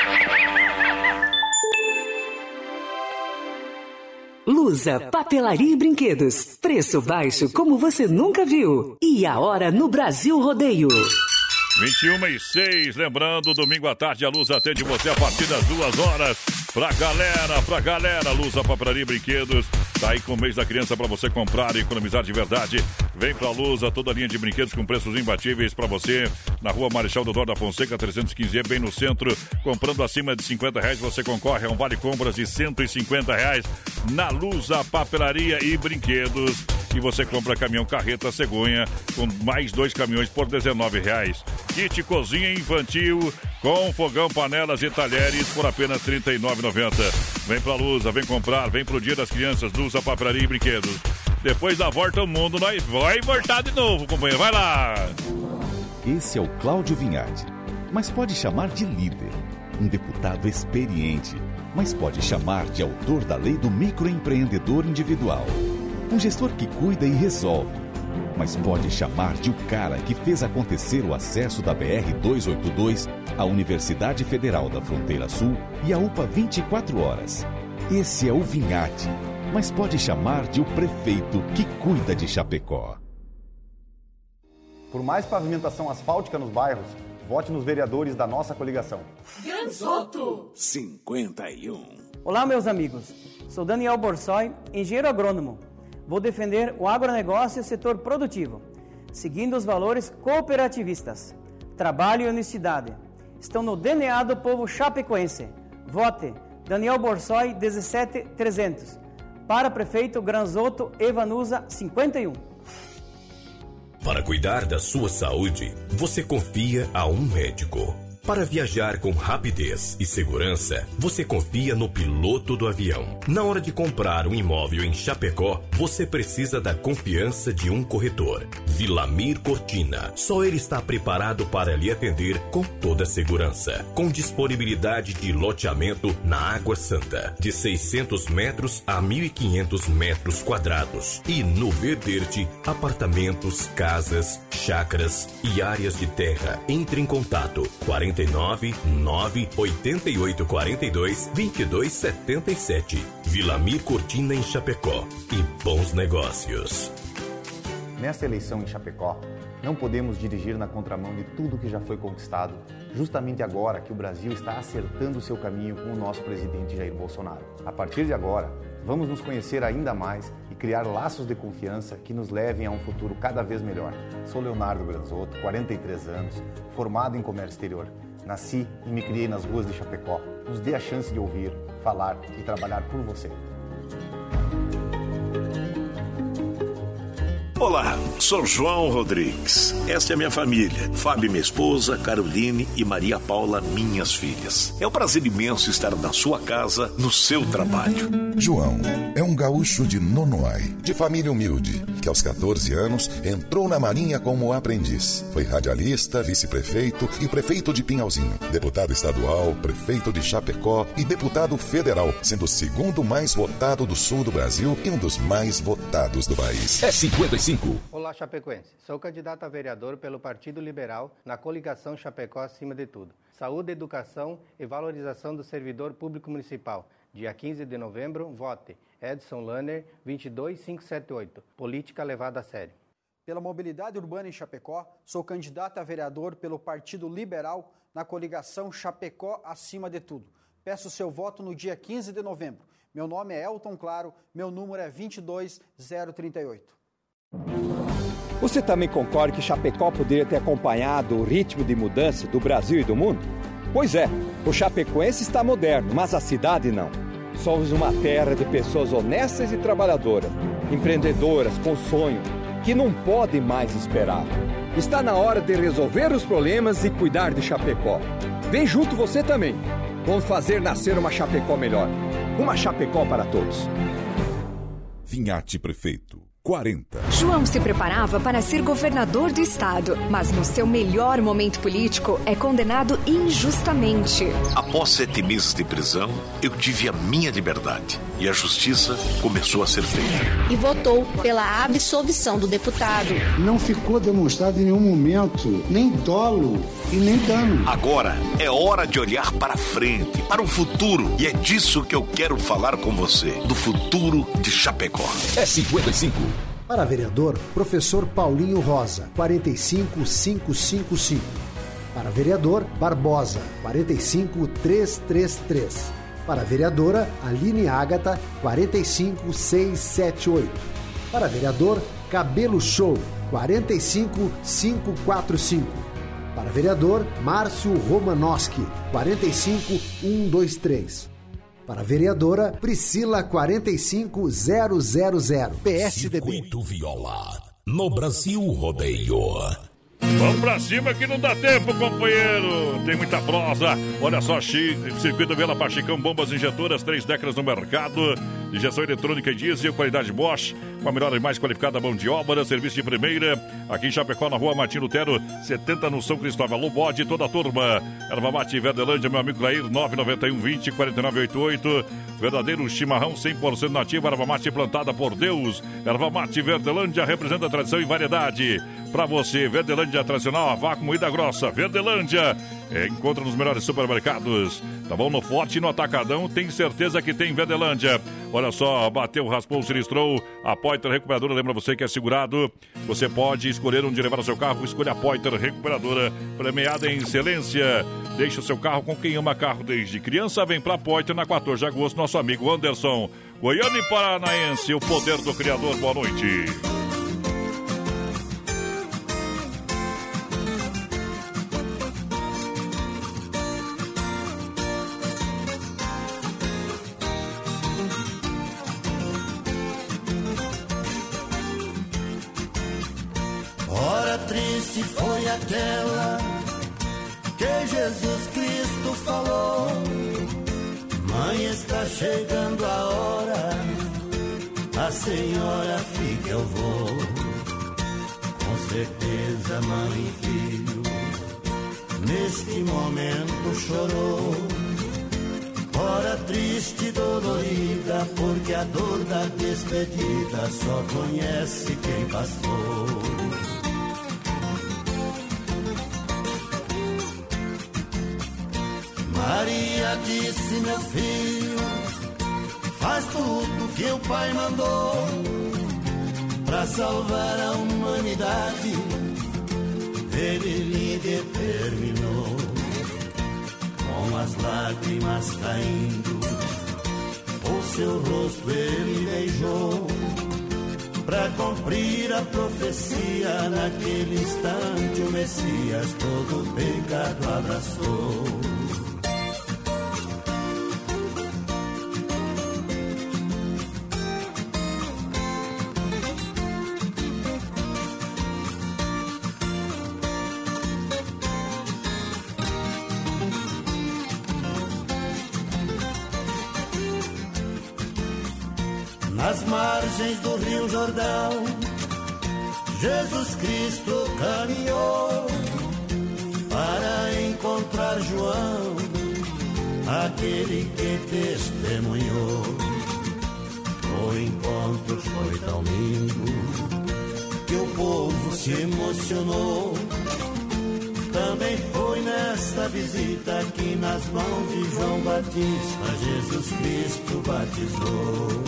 Lusa, papelaria e brinquedos. Preço baixo como você nunca viu. E a hora no Brasil Rodeio. 21h06, lembrando, domingo à tarde a Luz atende você a partir das 2 horas. Pra galera, Lusa, papelaria e brinquedos. Tá aí com o mês da criança pra você comprar e economizar de verdade. Vem pra Lusa, toda a linha de brinquedos com preços imbatíveis pra você. Na rua Marechal Deodoro da Fonseca, 315, bem no centro. Comprando acima de R$50, você concorre a um vale-compras de R$150 na Lusa, papelaria e brinquedos. E você compra caminhão carreta cegonha com mais 2 caminhões por R$19. Kit cozinha infantil com fogão, panelas e talheres por apenas R$ 39,90. Vem pra Lusa, vem comprar, vem pro Dia das Crianças, Lusa, papelaria e brinquedos. Depois da volta ao mundo, nós vai voltar de novo, companheiro. Vai lá! Esse é o Cláudio Vinhati, mas pode chamar de líder. Um deputado experiente, mas pode chamar de autor da lei do microempreendedor individual. Um gestor que cuida e resolve, mas pode chamar de o cara que fez acontecer o acesso da BR-282 à Universidade Federal da Fronteira Sul e à UPA 24 horas. Esse é o Vinhati, mas pode chamar de o prefeito que cuida de Chapecó. Por mais pavimentação asfáltica nos bairros, vote nos vereadores da nossa coligação. Granzoto 51. Olá, meus amigos. Sou Daniel Borsoi, engenheiro agrônomo. Vou defender o agronegócio e o setor produtivo, seguindo os valores cooperativistas. Trabalho e honestidade estão no DNA do povo chapecoense. Vote Daniel Borsoi 17300. Para prefeito Granzoto Evanusa 51. Para cuidar da sua saúde, você confia a um médico. Para viajar com rapidez e segurança, você confia no piloto do avião. Na hora de comprar um imóvel em Chapecó, você precisa da confiança de um corretor. Vilamir Cortina. Só ele está preparado para lhe atender com toda segurança. Com disponibilidade de loteamento na Água Santa, de 600 metros a 1.500 metros quadrados. E no Verderte, apartamentos, casas, chácaras e áreas de terra. Entre em contato 49 988 42 22 77. Vilamir Cortina em Chapecó. E bons negócios. Nesta eleição em Chapecó, não podemos dirigir na contramão de tudo que já foi conquistado, justamente agora que o Brasil está acertando o seu caminho com o nosso presidente Jair Bolsonaro. A partir de agora, vamos nos conhecer ainda mais e criar laços de confiança que nos levem a um futuro cada vez melhor. Sou Leonardo Granzoto, 43 anos, formado em comércio exterior. Nasci e me criei nas ruas de Chapecó. Nos dê a chance de ouvir, falar e trabalhar por você. Olá, sou João Rodrigues. Esta é a minha família. Fábio, minha esposa, Caroline e Maria Paula, minhas filhas. É um prazer imenso estar na sua casa, no seu trabalho. João é um gaúcho de Nonoai, de família humilde, que aos 14 anos entrou na Marinha como aprendiz. Foi radialista, vice-prefeito e prefeito de Pinhalzinho, deputado estadual, prefeito de Chapecó e deputado federal, sendo o segundo mais votado do sul do Brasil e um dos mais votados do país. É 55. Olá, chapecoense. Sou candidato a vereador pelo Partido Liberal na coligação Chapecó acima de tudo. Saúde, educação e valorização do servidor público municipal. Dia 15 de novembro, vote. Edson Lanner, 22578. Política levada a sério. Pela mobilidade urbana em Chapecó, sou candidato a vereador pelo Partido Liberal na coligação Chapecó acima de tudo. Peço seu voto no dia 15 de novembro. Meu nome é Elton Claro, meu número é 22038. Você também concorda que Chapecó poderia ter acompanhado o ritmo de mudança do Brasil e do mundo? Pois é, o chapecoense está moderno, mas a cidade não. Somos uma terra de pessoas honestas e trabalhadoras, empreendedoras com sonho, que não podem mais esperar. Está na hora de resolver os problemas e cuidar de Chapecó. Vem junto você também. Vamos fazer nascer uma Chapecó melhor. Uma Chapecó para todos. Vinhate Prefeito. 40. João se preparava para ser governador do estado, mas no seu melhor momento político é condenado injustamente. Após 7 meses de prisão, eu tive a minha liberdade e a justiça começou a ser feita. E votou pela absolvição do deputado. Não ficou demonstrado em nenhum momento nem dolo e nem dano. Agora é hora de olhar para frente, para o futuro. E é disso que eu quero falar com você, do futuro de Chapecó. É 55. Para vereador, professor Paulinho Rosa, 45555. Para vereador, Barbosa, 45333. Para vereadora, Aline Ágata, 45678. Para vereador, Cabelo Show, 45545. Para vereador, Márcio Romanowski, 45123. Para vereadora, Priscila 45000. PSDB. Circuito Viola, no Brasil Rodeio. Vamos pra cima que não dá tempo, companheiro. Tem muita prosa. Olha só, Circuito Viola para Chicão, bombas injetoras, 3 décadas no mercado. Injeção eletrônica e diesel, qualidade Bosch, com a melhor e mais qualificada mão de obra, serviço de primeira. Aqui em Chapecó, na rua Martim Lutero, 70 no São Cristóvão. Alô, bode, toda a turma. Erva Mate Verdelândia, meu amigo Clair, 991-20-4988. Verdadeiro chimarrão 100% nativo, erva mate plantada por Deus. Erva Mate Verdelândia representa a tradição e variedade. Pra você, Verdelândia tradicional, a vácuo moída grossa. Verdelândia, encontra nos melhores supermercados. Tá bom? No Forte e no Atacadão, tem certeza que tem Verdelândia. Olha só, bateu, raspou, sinistrou. A Poiter Recuperadora, lembra você que é segurado. Você pode escolher onde levar o seu carro. Escolha a Poiter Recuperadora, premiada em excelência. Deixa o seu carro com quem ama carro desde criança. Vem pra Poiter na 14 de agosto, nosso amigo Anderson. Goiânia e Paranaense, o poder do Criador. Boa noite. Triste foi aquela que Jesus Cristo falou: mãe, está chegando a hora, a senhora fica, eu vou. Com certeza, mãe e filho, neste momento chorou. Hora triste e dolorida, porque a dor da despedida só conhece quem passou. Maria disse, meu filho, faz tudo que o pai mandou pra salvar a humanidade. Ele lhe determinou, com as lágrimas caindo, o seu rosto ele beijou, pra cumprir a profecia. Naquele instante o Messias todo o pecado abraçou. às margens do Rio Jordão, Jesus Cristo caminhou para encontrar João, aquele que testemunhou. O encontro foi tão lindo que o povo se emocionou. Também foi nesta visita que nas mãos de João Batista Jesus Cristo batizou.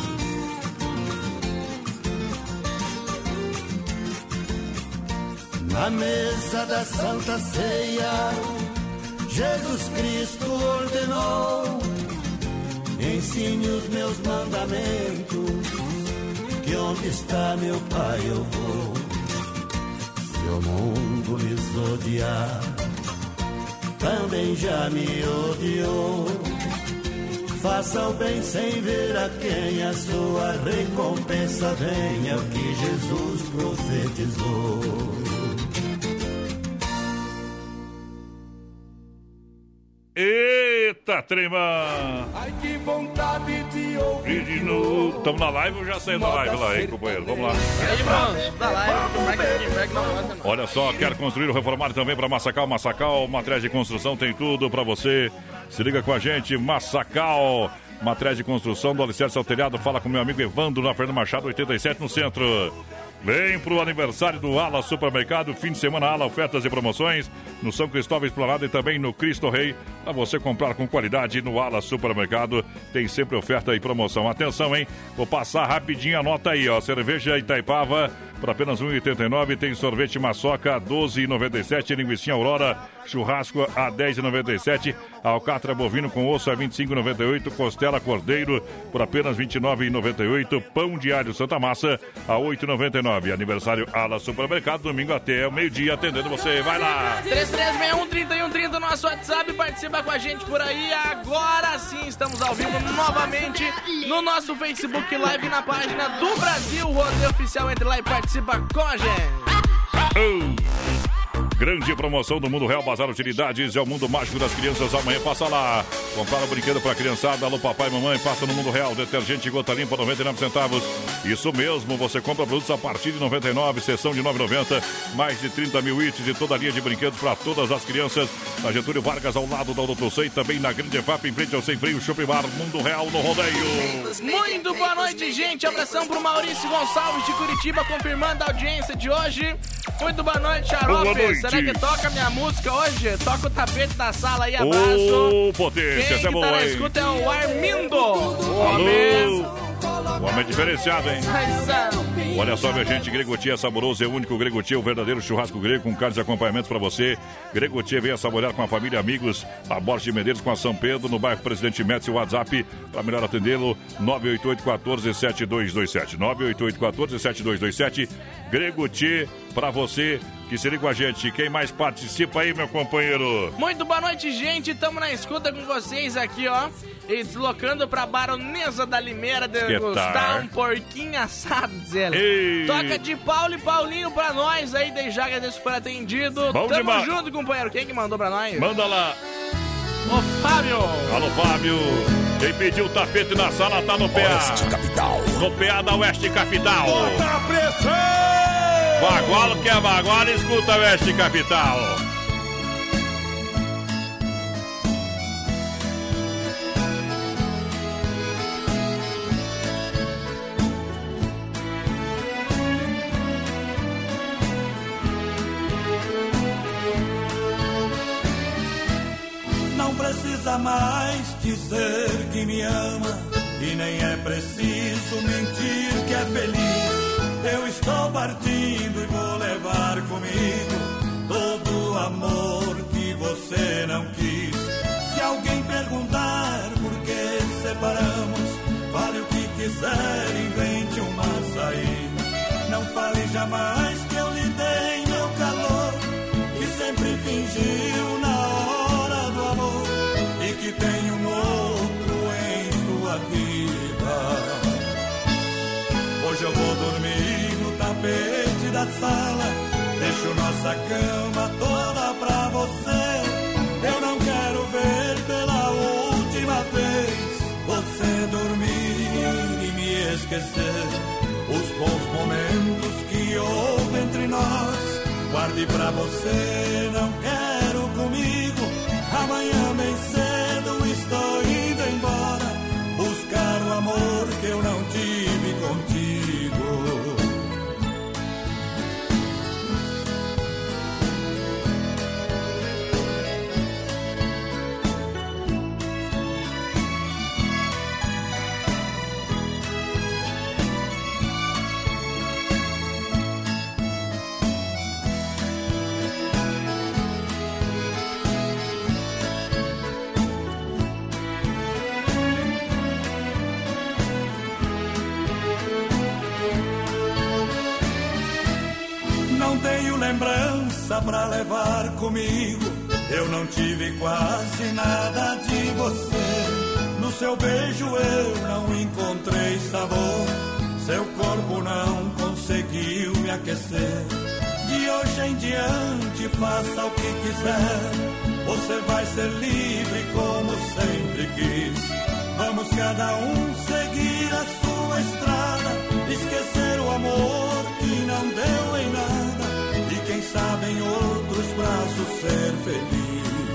Na mesa da Santa Ceia, Jesus Cristo ordenou: ensine os meus mandamentos, que onde está meu Pai eu vou. Se o mundo lhes odiar, também já me odiou. Faça o bem sem ver a quem, a sua recompensa venha, o que Jesus profetizou. Eita, trema! Ai, que vontade de ouvir de novo. Estamos na live ou já saiu da live lá, hein, companheiro? Vamos lá. Aí, mano, da live, olha só, quer construir ou reformar também para Massacal? Massacal, materiais de construção, tem tudo para você. Se liga com a gente, Massacal, materiais de construção, do alicerce ao telhado. Fala com meu amigo Evandro, na Fernando Machado, 87, no centro. Vem pro aniversário do Ala Supermercado, fim de semana Ala, ofertas e promoções no São Cristóvão Esplanada e também no Cristo Rei, para você comprar com qualidade no Ala Supermercado, tem sempre oferta e promoção. Atenção, hein? Vou passar rapidinho, anota aí, ó, cerveja Itaipava por apenas R$ 1,89, tem sorvete Maçoca, R$ 12,97, linguiça Aurora, churrasco a R$ 10,97, alcatra bovino com osso a R$ 25,98, costela cordeiro por apenas R$ 29,98, pão de alho Santa Massa a R$ 8,99. Aniversário Ala Supermercado, domingo até o meio-dia, atendendo você. Vai lá! 3361-3130, nosso WhatsApp, participa com a gente por aí. Agora sim, estamos ao vivo novamente no nosso Facebook Live, na página do Brasil Rodeio Oficial. Entre lá e participa com a gente. Grande promoção do Mundo Real Bazar Utilidades, é o mundo mágico das crianças. Amanhã passa lá, comprar um brinquedo pra criançada. Alô papai e mamãe, passa no Mundo Real. Detergente Gota Limpa, 99 centavos. Isso mesmo, você compra produtos a partir de 99, sessão de 9,90. Mais de 30 mil itens de toda a linha de brinquedos para todas as crianças. Na Getúlio Vargas, ao lado da Doutor Sei, também na Grande EFAP, em frente ao Sem Freio Shopping Bar. Mundo Real no rodeio. Muito boa noite, gente. Abração pro Maurício Gonçalves de Curitiba, confirmando a audiência de hoje. Muito boa noite, Xarope. Boa noite. Será que toca minha música hoje? Toca o tapete da sala aí, abraço. Ô, potência, quem essa é boa, tá na hein? escuta é o Armindo. O homem diferenciado, hein? Olha só, minha gente, Gregotia é saboroso, é o único Gregotia, o verdadeiro churrasco grego com carnes e acompanhamentos pra você. Gregotia, venha saborear com a família e amigos. A Borges de Medeiros com a São Pedro, no bairro Presidente Médici, o WhatsApp para melhor atendê-lo, 988-14-7227. 988-14-7227. Gregotia, pra você que se liga com a gente. Quem mais participa aí, meu companheiro? Muito boa noite, gente. Estamos na escuta com vocês aqui, ó. E deslocando pra Baronesa da Limeira degustar um porquinho assado, diz ela. Toca de Paulo e Paulinho pra nós aí, desde já agradeço por atendido. Bom Tamo demais. junto, companheiro. Quem que mandou pra nós? Manda lá. Ô, Fábio. Alô, Fábio. Quem pediu o tapete na sala tá no PA. Oeste Capital. No PA da Oeste Capital. Bota a pressão! Bagualo que é bagualo, escuta a Oeste Capital. Não precisa mais dizer que me ama, e nem é preciso mentir que é feliz. Eu estou partindo e vou levar comigo todo o amor que você não quis. Se alguém perguntar por que separamos, fale o que quiser, invente uma saída. Não fale jamais que eu lhe dei meu calor, que sempre fingiu na hora do amor, e que tem um outro em sua vida. Hoje eu vou dormir no tapete da sala, deixo nossa cama toda pra você. Eu não quero ver pela última vez você dormir e me esquecer. esquecer os bons momentos que houve entre nós. Guarde pra você, não quero comigo. Amanhã bem cedo estou indo embora, buscar o amor que eu não tive contigo. Não tenho lembrança pra levar comigo, eu não tive quase nada de você. No seu beijo eu não encontrei sabor, seu corpo não conseguiu me aquecer. De hoje em diante faça o que quiser, você vai ser livre como sempre quis. Vamos cada um seguir a sua estrada, esquecer o amor que não deu em nada, e quem sabe em outros braços ser feliz.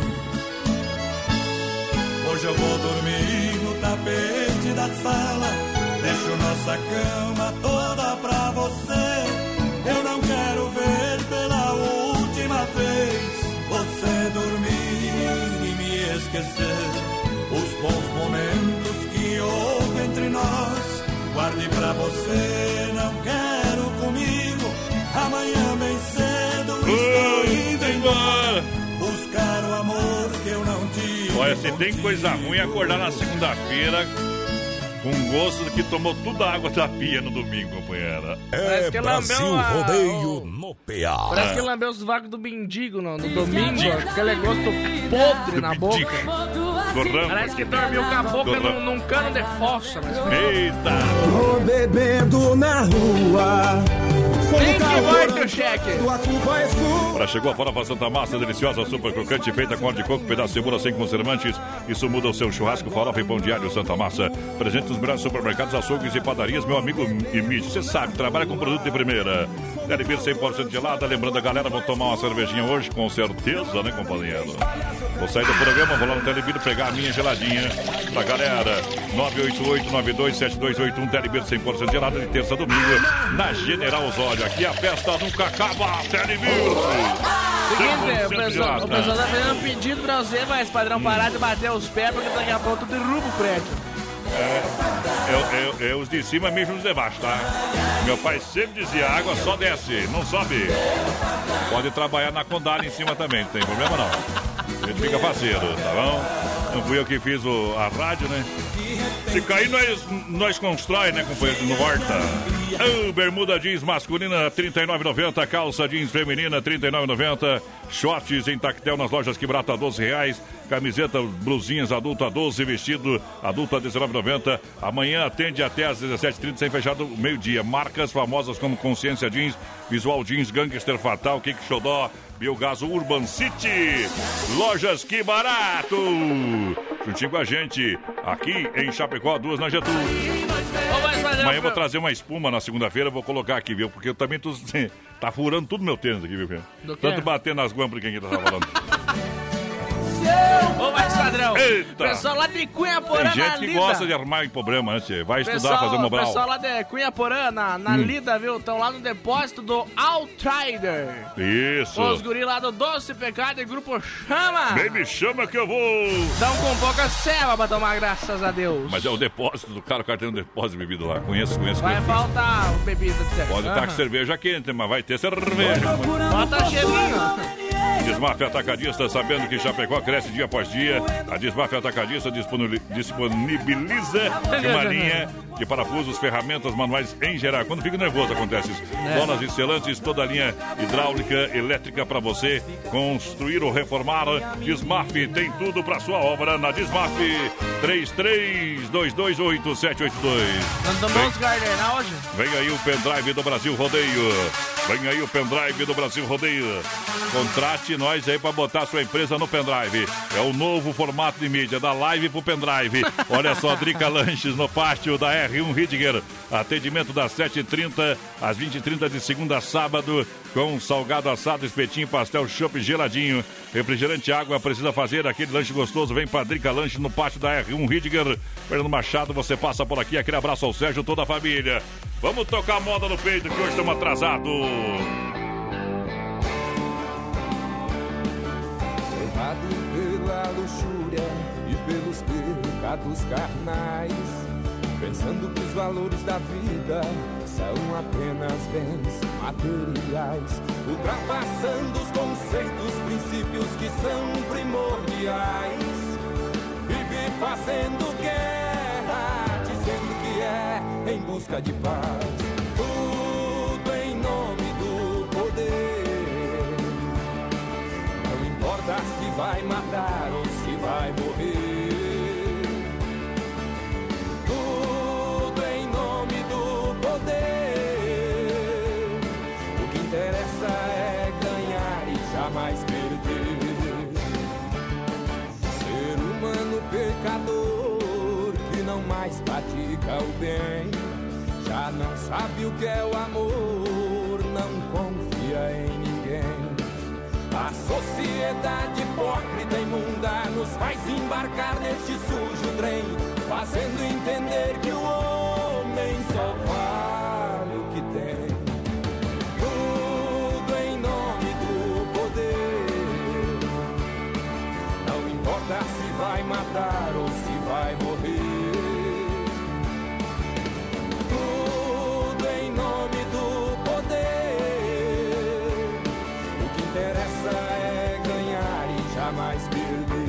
Hoje eu vou dormir no tapete da sala, deixo nossa cama toda pra você. Eu não quero ver pela última vez você dormir e me esquecer. Os bons momentos que houve entre nós, guarde pra você, não quero comigo. Amanhã bem cedo estou indo embora, buscar o amor que eu não tive. Olha, se tem coisa ruim, acordar na segunda-feira com gosto que tomou toda a água da pia no domingo, companheira. É Brasil Rodeio no PA. Parece que lambeu os vagos do mendigo no domingo, aquele gosto podre na boca. Parece que dormiu com a boca num cano de fossa. Eita! Tô bebendo na rua. Quem que vai teu cheque? Para chegou a farofa Santa Massa, deliciosa, super crocante, feita com óleo de coco, pedaço de cebola sem conservantes. Isso muda o seu churrasco, farofa e pão diário Santa Massa. Presente nos melhores supermercados, açougues e padarias. Meu amigo Emílio, você sabe, trabalha com produto de primeira. Deve vir 100% gelada. Lembrando a galera, vão tomar uma cervejinha hoje, com certeza, né, companheiro? Vou sair do programa, vou lá no Telebir pegar a minha geladinha pra galera. 988-927281, Telebir 100% gelada, de terça a domingo, na General Osório. Aqui a festa nunca acaba, Telebir. Seguinte, o pessoal tá fazendo um pedido pra você, mas padrão, parar de bater os pés, porque daqui a pouco tu derruba o prédio. Os de cima mesmo os de baixo, tá? Meu pai sempre dizia, a água só desce, não sobe. Pode trabalhar na Condale em cima também, não tem problema não. A gente fica faceiro, tá bom? Não fui eu que fiz a rádio, né? Se cair, nós constrói, né, companheiro? No Horta. Bermuda jeans masculina, R$ 39,90. Calça jeans feminina, R$ 39,90. Shorts em tactel nas lojas Quebrata, R$ 12,00. Camiseta, blusinhas adulta, 12. Vestido adulta, R$ 19,90. Amanhã atende até às 17h30, sem fechado meio-dia. Marcas famosas como Consciência Jeans, Visual Jeans, Gangster Fatal, Kick Xodó, Biogás Urban City. Lojas Que Barato. Juntinho com a gente, aqui em Chapecó, 2 na Getúlio. Amanhã eu vou trazer uma espuma na segunda-feira, vou colocar aqui, viu? Porque eu também tô... tá furando tudo meu tênis aqui, viu? Tanto bater nas guambras quem tá falando. Ô, mais padrão. Eita. Pessoal lá de Cunha Porã, tem gente que gosta de armar em problema, né, tchê? Vai estudar, fazer uma brau. Pessoal lá de Cunha Porã, na lida, viu? Estão lá no depósito do Outrider. Isso. Os guri lá do Doce Pecado e Grupo Chama. Baby, chama que eu vou. Estão com pouca ceva pra tomar, graças a Deus. Mas é o depósito do cara, o cara tem um depósito de bebida lá. Conheço. Vai faltar bebida de cerveja. Pode estar com cerveja quente, mas vai ter cerveja. Bota cheirinho. Desmafia Atacadista, sabendo que Chapecó cresce dia após dia. A Desmafia Atacadista disponibiliza uma linha de parafusos, ferramentas manuais em geral. Quando fica nervoso acontece isso. Bolas e selantes, toda a linha hidráulica, elétrica para você construir ou reformar. Desmaf tem tudo para sua obra na Desmaf. 33228782. Nós tomamos Gardner hoje. Vem aí o pendrive do Brasil Rodeio. Vem aí o pendrive do Brasil Rodeio. Contrate nós aí para botar sua empresa no pendrive. É o novo formato de mídia, da live pro pendrive. Olha só, Drica Lanches no pátio da R1 Ridger. Atendimento das 7h30 às 20h30 de segunda a sábado, com salgado assado, espetinho, pastel, chopp geladinho, refrigerante, água. Precisa fazer aquele lanche gostoso? Vem pra Drica Lanches no pátio da R1 Ridger. Fernando Machado, você passa por aqui. Aquele abraço ao Sérgio, toda a família. Vamos tocar moda no peito, que hoje estamos atrasados. Levado pela luxúria e pelos pecados carnais, pensando que os valores da vida são apenas bens materiais, ultrapassando os conceitos, princípios que são primordiais. Vive fazendo guerra, dizendo que é em busca de paz. Tudo em nome do poder. Não importa se vai matar ou se vai morrer. Tudo em nome do poder. O que interessa é ganhar e jamais perder. Ser humano pecador que não mais pratica o bem, já não sabe o que é o amor, não confia em ninguém. A sociedade hipócrita e imunda nos faz embarcar neste sujo trem, fazendo entender que o homem só vale o que tem. Tudo em nome do poder. Não importa se vai matar ou se vai morrer. Tudo em nome do poder. O que interessa é ganhar e jamais perder.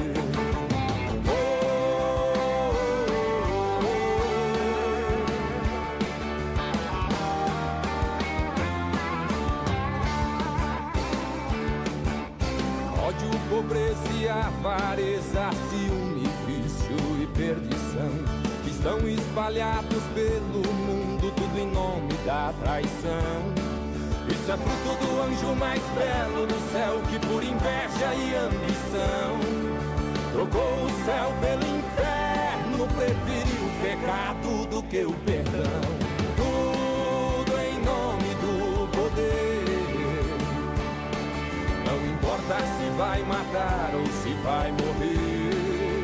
Ódio, pobreza e avareza, ciúme, vício e perdição estão espalhados pelo mundo, tudo em nome da traição. Isso é fruto do anjo mais belo no céu, que por inveja e ambição trocou o céu pelo inferno, preferiu o pecado do que o perdão. Tudo em nome do poder. Não importa se vai matar ou se vai morrer.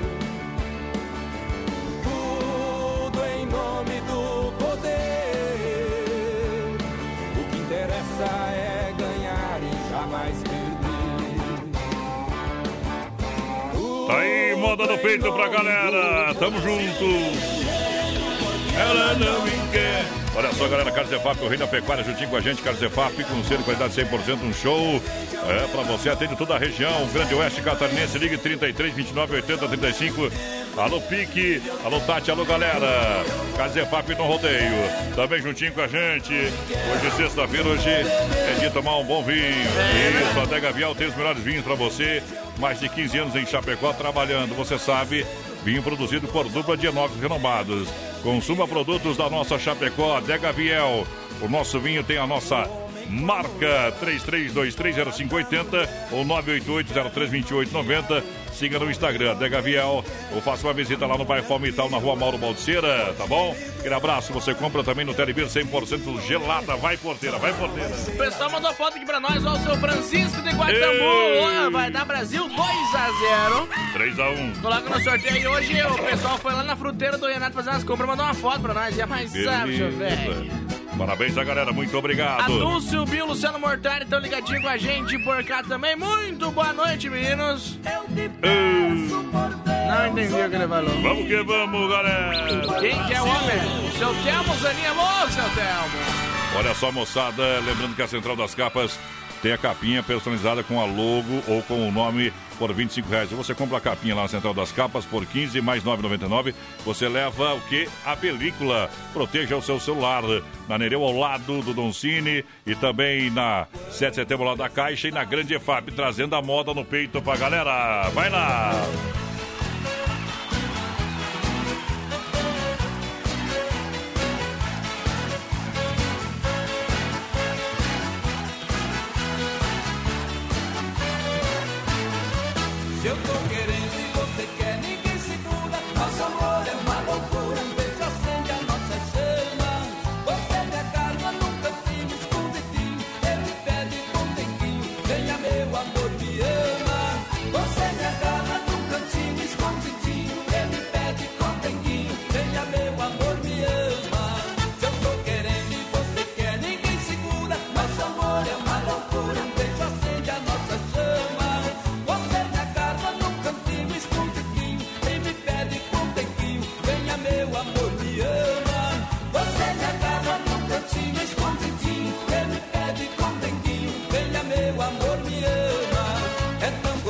Tudo em nome do poder. O que interessa é ganhar e jamais perder. Tá aí, moda no peito pra galera. Tamo junto. Ela não me quer. Olha só, galera, Carlos EFAP, o rei da pecuária, juntinho com a gente. Carlos EFAP, com selo de qualidade 100%, um show. É, pra você, atende toda a região. Grande Oeste Catarinense, ligue 33, 29, 80, 35. Alô, Pique. Alô, Tati. Alô, galera. Carlos EFAP no rodeio. Também juntinho com a gente. Hoje é sexta-feira, hoje é dia de tomar um bom vinho. Isso, a Adega Vial tem os melhores vinhos pra você. Mais de 15 anos em Chapecó trabalhando, você sabe. Vinho produzido por dupla de enólogos renomados. Consuma produtos da nossa Chapecó, Adega Viel. O nosso vinho tem a nossa marca 33230580 ou 988032890. Siga no Instagram, Adega Viel, ou faça uma visita lá no bairro Palmital, na rua Mauro Balseira, tá bom? Aquele abraço, você compra também no Telebir 100% gelada. Vai, porteira, vai, porteira. O pessoal mandou foto aqui pra nós, ó, o seu Francisco de Guatambu. Vai dar Brasil 2-0. 3-1. Coloca no sorteio aí. Hoje o pessoal foi lá na fruteira do Renato fazer umas compras, mandou uma foto pra nós. É mais sábio, velho. Parabéns a galera, muito obrigado. A Dulce, o Bio, Luciano Mortari estão ligadinhos com a gente por cá também. Muito boa noite, meninos. Não entendi o que ele falou. Vamos que vamos, galera. Quem que é o homem? Seu Telmo, Zaninha, amor, seu Telmo. Olha só, moçada, lembrando que a Central das Capas tem a capinha personalizada com a logo ou com o nome por R$25. Você compra a capinha lá na Central das Capas por 15 mais R$9,99. Você leva o quê? A película. Proteja o seu celular. Na Nereu, ao lado do Doncini, e também na 7 de setembro, lá da Caixa, e na Grande EFAP, trazendo a moda no peito pra galera. Vai lá!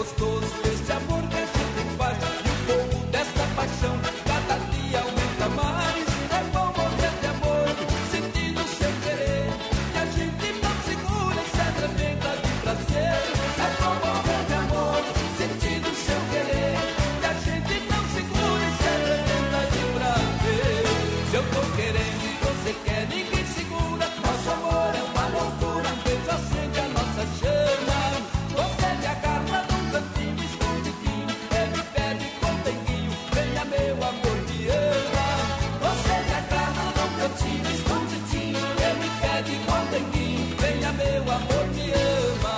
gostoso este amor que a gente faz. E o fogo desta paixão cada dia aumenta mais. É bom morrer de amor, sentindo sem querer, e a gente não segura, se arrebenta de prazer. É bom morrer de amor, sentindo sem querer, e a gente não segura, se arrebenta de prazer. Se eu tô querendo e você quer, ninguém segura. Nosso amor é uma loucura, um beijo acende a nossa chama. Você me agarra num cantinho escondidinho, me pede com denguinho, venha meu amor, me ama. Você me agarra num cantinho escondidinho, me pede com denguinho, venha meu amor, me ama.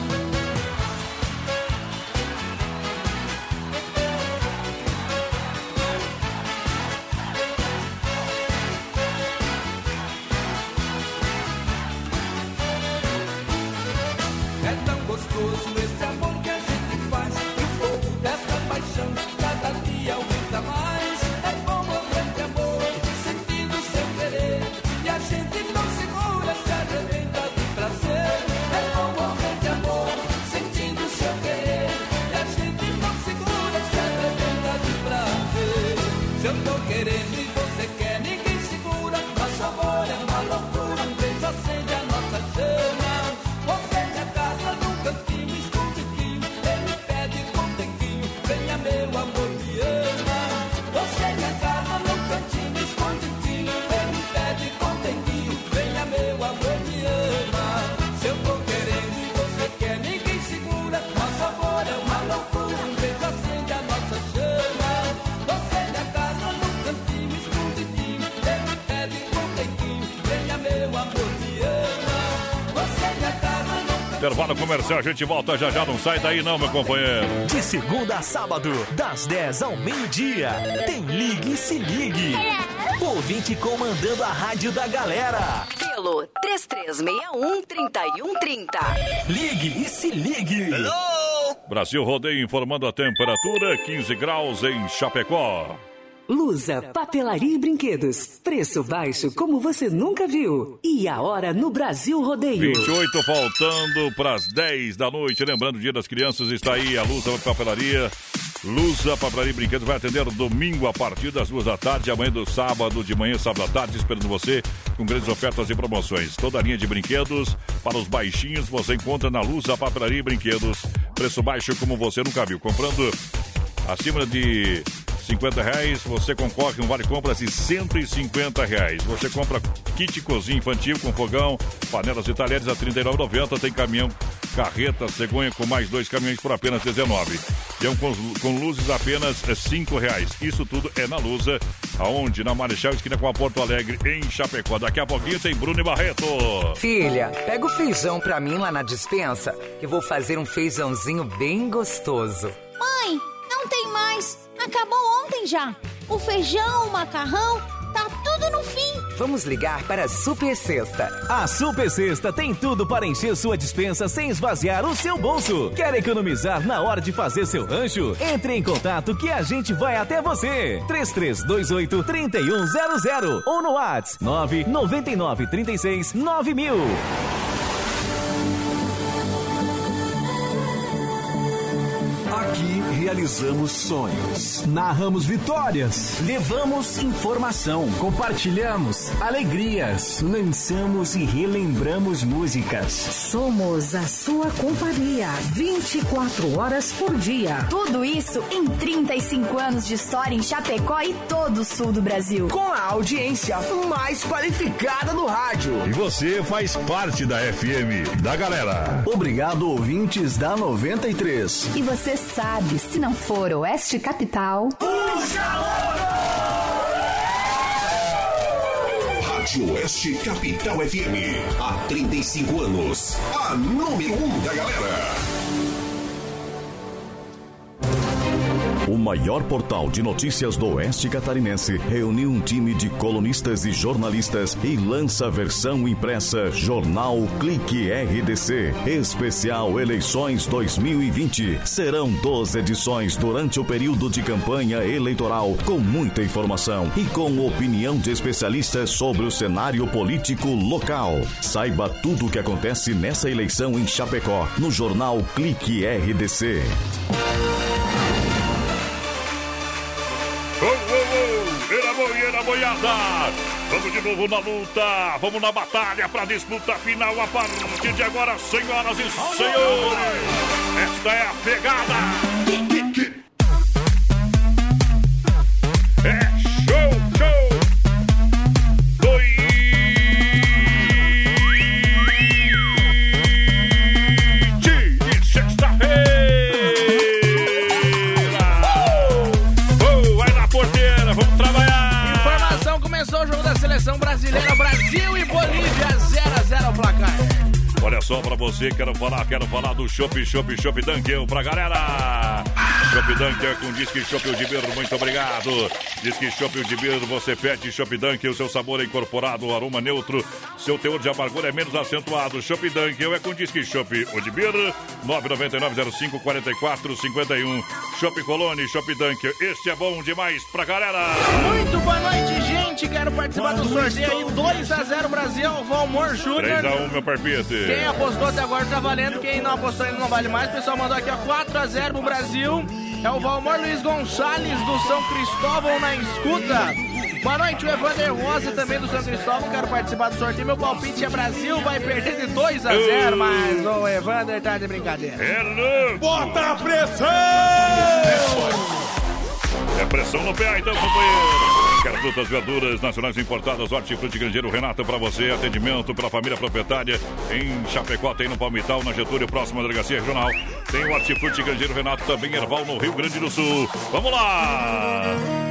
É tão gostoso esse amor que a gente faz. E o fogo dessa paixão cada dia aumenta mais. É bom morrer de amor, sentindo sem querer, e a gente não segura, se arrebenta de prazer. É bom morrer de amor, sentindo sem querer, e a gente não segura, se arrebenta de prazer. Se eu tô querendo e você quer, ninguém segura. Nosso amor é uma loucura, um beijo acende a nossa chama. Você me agarra num cantinho escondidinho, me pede com denguinho, venha meu amor, me ama. Você me agarra num cantinho escondidinho, me pede com denguinho, venha meu amor, me ama. Se eu tô querendo e você quer, ninguém segura. Nosso amor é uma loucura, um beijo acende a nossa chama. Você me agarra num cantinho escondidinho, me pede com denguinho, venha meu amor, me ama. Você me agarra num Intervalo comercial, a gente volta já já, não sai daí não, meu companheiro. De segunda a sábado, das 10 ao meio-dia, tem Ligue e Se Ligue. Ouvinte comandando a rádio da galera. Pelo 3361-3130. Ligue e Se Ligue. Brasil Rodeio informando a temperatura, 15 graus em Chapecó. Lusa, papelaria e brinquedos. Preço baixo como você nunca viu. E a hora no Brasil Rodeio. 28 faltando para as 10 da noite. Lembrando, o Dia das Crianças está aí. A Lusa Papelaria. Lusa Papelaria e Brinquedos vai atender domingo a partir das 2 da tarde. Amanhã do sábado, de manhã, sábado à tarde, esperando você com grandes ofertas e promoções. Toda a linha de brinquedos para os baixinhos você encontra na Lusa Papelaria e Brinquedos. Preço baixo como você nunca viu. Comprando acima de R$50, você concorre a um vale-compras de R$150. Você compra kit cozinha infantil com fogão, panelas e talheres a R$39,90. Tem caminhão, carreta, cegonha com mais 2 caminhões por apenas R$19. Peão com luzes apenas R$5. Isso tudo é na Lusa, aonde? Na Marechal, esquina com a Porto Alegre, em Chapecó. Daqui a pouquinho tem Bruno e Barreto. Filha, pega o feijão pra mim lá na despensa, que vou fazer um feijãozinho bem gostoso. Mãe, não tem mais. Acabou ontem já. O feijão, o macarrão, tá tudo no fim. Vamos ligar para a Super Sexta. A Super Sexta tem tudo para encher sua despensa sem esvaziar o seu bolso. Quer economizar na hora de fazer seu rancho? Entre em contato que a gente vai até você. 3328-3100 ou no WhatsApp 999369000. Aqui realizamos sonhos, narramos vitórias, levamos informação, compartilhamos alegrias, lançamos e relembramos músicas. Somos a sua companhia, 24 horas por dia. Tudo isso em 35 anos de história em Chapecó e todo o sul do Brasil. Com a audiência mais qualificada do rádio. E você faz parte da FM, da galera. Obrigado, ouvintes da 93. E você sabe, se não for Oeste Capital... Rádio Oeste Capital FM. Há 35 anos. A número 1 da galera. O maior portal de notícias do Oeste Catarinense reuniu um time de colunistas e jornalistas e lança a versão impressa Jornal Clique RDC, especial Eleições 2020. Serão 12 edições durante o período de campanha eleitoral, com muita informação e com opinião de especialistas sobre o cenário político local. Saiba tudo o que acontece nessa eleição em Chapecó, no Jornal Clique RDC. Era boiada. Vamos de novo na luta, vamos na batalha para a disputa final a partir de agora, senhoras e senhores. Esta é a pegada. É show. De sexta-feira. Vai na porteira, vamos trabalhar. Informação, começou o jogo da seleção brasileira, Brasil e Bolívia, 0-0 o placar. Olha só pra você, quero falar do Chopp Dunkel pra galera. Chopp Dunkel com Disque Chopp Udibir, muito obrigado. Disque Chopp Udibir, você pede Chopp Dunkel, o seu sabor é incorporado, aroma neutro, seu teor de amargura é menos acentuado. Chopp Dunkel é com Disque Chopp Udibir, 999-05-44-51. Chopp Colone, Chopp Dunkel, este é bom demais pra galera. Muito boa noite, gente, quero participar do sorteio aí, 2-0 Brasil, Valmor Júnior. 3-1, meu parpite. Quem apostou até agora tá valendo, quem não apostou ainda não vale mais. O pessoal mandou aqui, ó, 4-0 pro Brasil. É o Valmor Luiz Gonçalves do São Cristóvão na escuta. Boa noite, o Evander Rosa também do São Cristóvão. Quero participar do sorteio. Meu palpite é Brasil, vai perder de 2-0, mas o Evander tá de brincadeira. É louco! Bota a pressão! É pressão no pé, então, companheiro. Quer frutas, verduras nacionais importadas, Hortifruti Grangeiro Renato para você. Atendimento pela família proprietária em Chapecó, tem no Palmital, na Getúlio, próxima delegacia regional. Tem o Hortifruti Grangeiro Renato, também Erval, no Rio Grande do Sul. Vamos lá!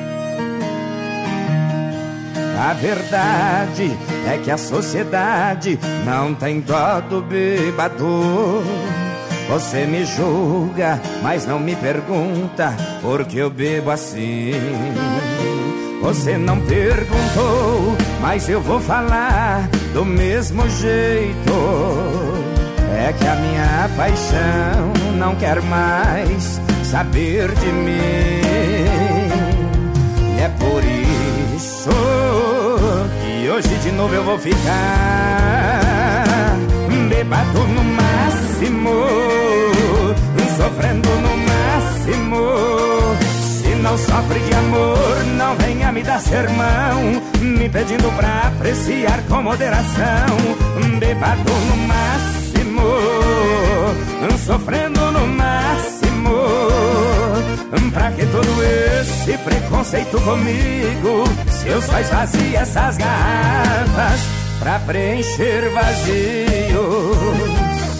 A verdade é que a sociedade não tem dó do bêbado. Você me julga, mas não me pergunta por que eu bebo assim. Você não perguntou, mas eu vou falar do mesmo jeito. É que a minha paixão não quer mais saber de mim. E é por isso que hoje de novo eu vou ficar bêbado no máximo, sofrendo no máximo. Se não sofre de amor, não venha me dar sermão, me pedindo pra apreciar com moderação. Bêbado no máximo, sofrendo no máximo. Pra que todo esse preconceito comigo, se eu só esvazio essas garrafas pra preencher vazios?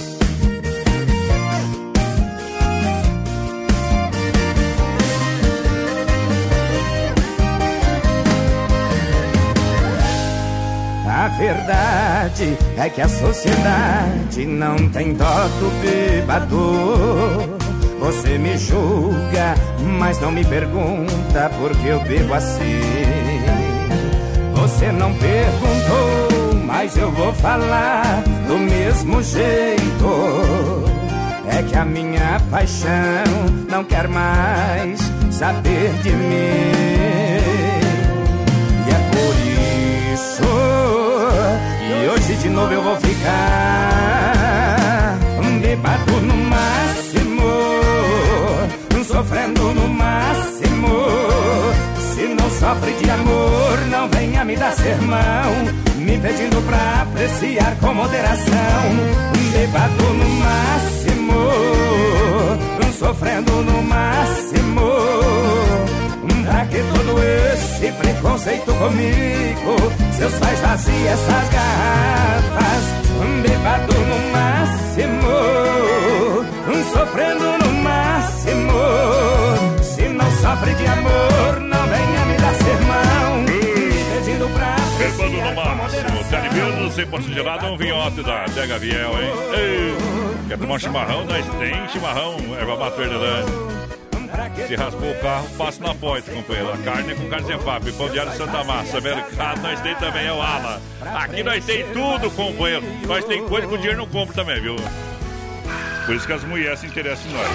A verdade é que a sociedade não tem dó do bêbado. Você me julga, mas não me pergunta por que eu bebo assim. Você não perguntou, mas eu vou falar do mesmo jeito. É que a minha paixão não quer mais saber de mim. E é por isso que hoje de novo eu vou ficar bêbado no máximo, sofrendo no máximo. Se não sofre de amor, não venha me dar sermão, me pedindo pra apreciar com moderação. Bêbado no máximo, sofrendo no máximo. Pra que todo esse preconceito comigo, se eu só esvazio essas garrafas? Bêbado no máximo, sofrendo no máximo. Se não sofre de amor, não venha me dar sermão, me pedindo pra apreciar no máximo. Tá de vidro, 100% gelado, um vinhote da Dega Viel, hein? Ei, quer tomar um chimarrão? Nós tem chimarrão, erva mate verdelândia. Se raspou o carro, passa na porta, companheiro. A carne é com carne sem papo. Pão de alho Santa Massa. Mercado nós tem também, é o Ala. Aqui nós tem tudo, companheiro. Nós tem coisa que o dinheiro não compra também, viu? Por isso que as mulheres se interessam em nós.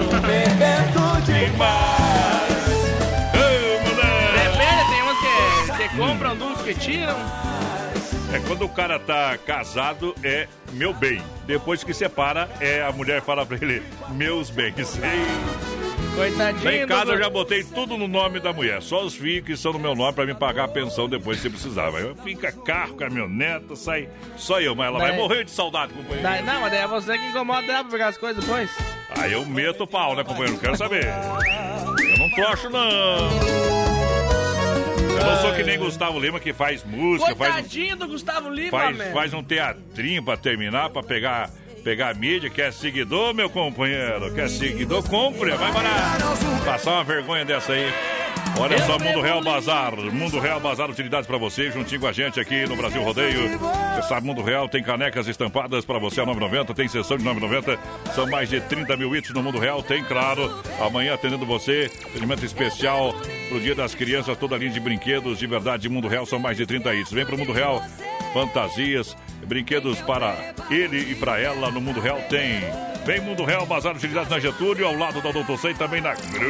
Depende, tem uns que compram, uns que tiram. É quando o cara tá casado, é meu bem. Depois que separa, a mulher fala pra ele, meus bens. Coitadinho. Lá em casa eu já botei tudo no nome da mulher. Só os filhos que são no meu nome pra me pagar a pensão depois se precisar. Fica carro, caminhoneta, sai só eu. Mas ela vai morrer de saudade, companheiro. Não, mas daí é você que incomoda ela pra pegar as coisas depois. Aí eu meto o pau, né, companheiro? Não quero saber. Eu não trocho, não. Eu não sou que nem Gustavo Lima que faz música. Coitadinho do Gustavo Lima, faz um teatrinho pra terminar, pra pegar a mídia. Quer seguidor, meu companheiro? Quer seguidor? Compre, vai barato. Passar uma vergonha dessa aí. Olha só, Mundo Real Bazar. Mundo Real Bazar, utilidades pra você, juntinho com a gente aqui no Brasil Rodeio. Você sabe, Mundo Real tem canecas estampadas pra você a R$ 9,90. Tem sessão de R$ 9,90. São mais de 30 mil itens no Mundo Real. Tem, claro, amanhã atendendo você. Atendimento especial pro Dia das Crianças. Toda a linha de brinquedos de verdade de Mundo Real. São mais de 30 itens. Vem pro Mundo Real. Fantasias, brinquedos para ele e para ela no Mundo Real tem. Vem Mundo Real, Bazar Utilidades na Getúlio, ao lado da Doutor Sei, também na Grande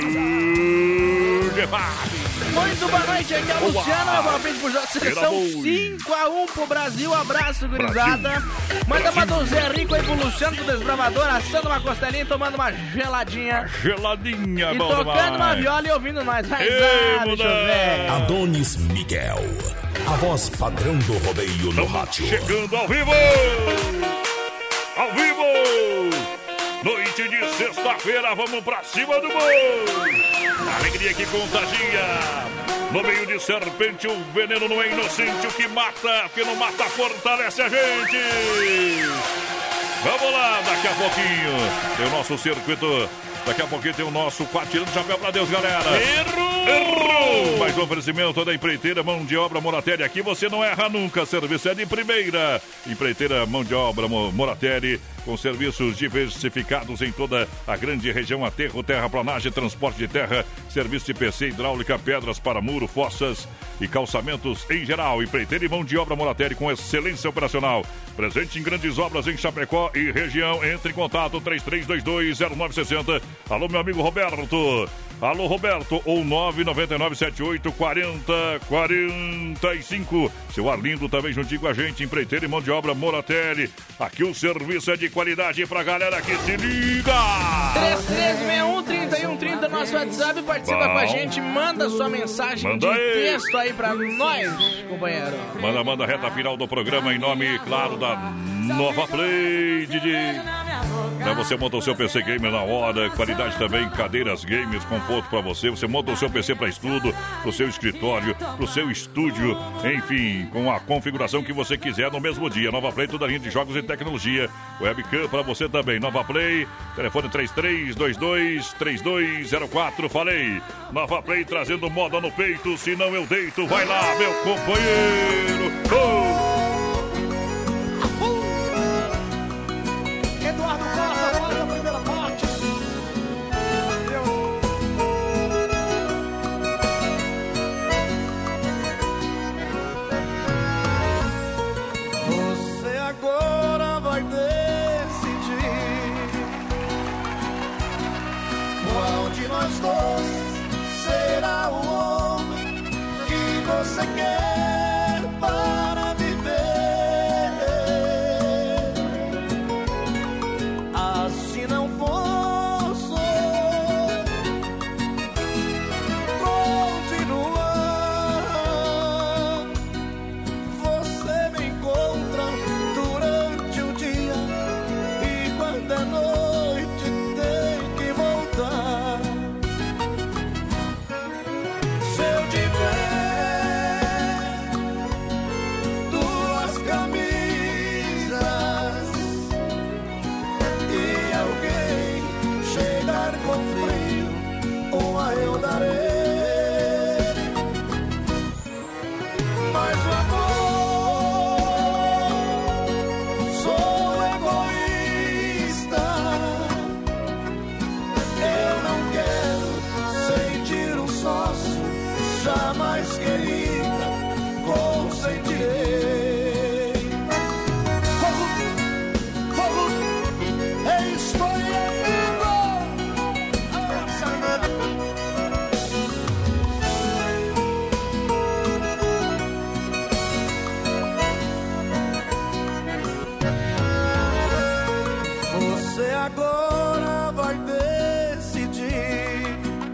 FAP. Muito boa noite, aqui é a Luciana, palpite pro seleção 5-1 pro Brasil, abraço, gurizada. Manda uma do Zé Rico aí pro Luciano do Desbravador, assando uma costelinha e tomando uma geladinha. Geladinha, e bom tocando demais. uma viola e ouvindo nós. Bicho velho. Adonis Miguel, a voz padrão do rodeio no rádio. Chegando ao vivo! Ao vivo! Noite de sexta-feira, vamos pra cima do gol! Alegria que contagia! No meio de serpente, o veneno não é inocente, o que mata, o que não mata, fortalece a gente! Vamos lá, daqui a pouquinho tem o nosso circuito. Daqui a pouquinho tem o nosso tirando chapéu pra Deus, galera. Errou! Mais um oferecimento da empreiteira Mão de Obra Moratelli. Aqui você não erra nunca, serviço é de primeira. Empreiteira Mão de Obra Moratelli, com serviços diversificados em toda a grande região. Aterro, terraplanagem, transporte de terra, serviço de PC, hidráulica, pedras para muro, fossas e calçamentos em geral. Empreiteira e Mão de Obra Moratelli com excelência operacional. Presente em grandes obras em Chapecó e região. Entre em contato 33220960. Alô, meu amigo Roberto. Alô, Roberto, ou 999784045. Seu Arlindo também juntinho com a gente, empreiteiro e Mão de Obra Moratelli. Aqui o serviço é de qualidade pra galera que se liga. 3361-3130, nosso WhatsApp, participa com a gente, manda sua mensagem de texto aí pra nós, companheiro. Manda, reta final do programa em nome, claro, da Nova Play, Didi. Você monta o seu PC Gamer na hora, qualidade também, cadeiras gamers, conforto pra você. Você monta o seu PC pra estudo, pro seu escritório, pro seu estúdio, enfim, com a configuração que você quiser no mesmo dia. Nova Play, toda a linha de jogos e tecnologia. Webcam pra você também. Nova Play, telefone 3322-3204. Falei, Nova Play trazendo moda no peito, se não eu deito. Vai lá, meu companheiro. Eduardo Costa, volta a primeira parte. Você agora vai decidir qual de nós dois será o homem que você quer para viver. Se não posso continuar, você me encontra durante o dia e quando é noite tem que voltar. Se eu tiver jamais querida consentirei. Fogo, estou amigo. Você agora vai decidir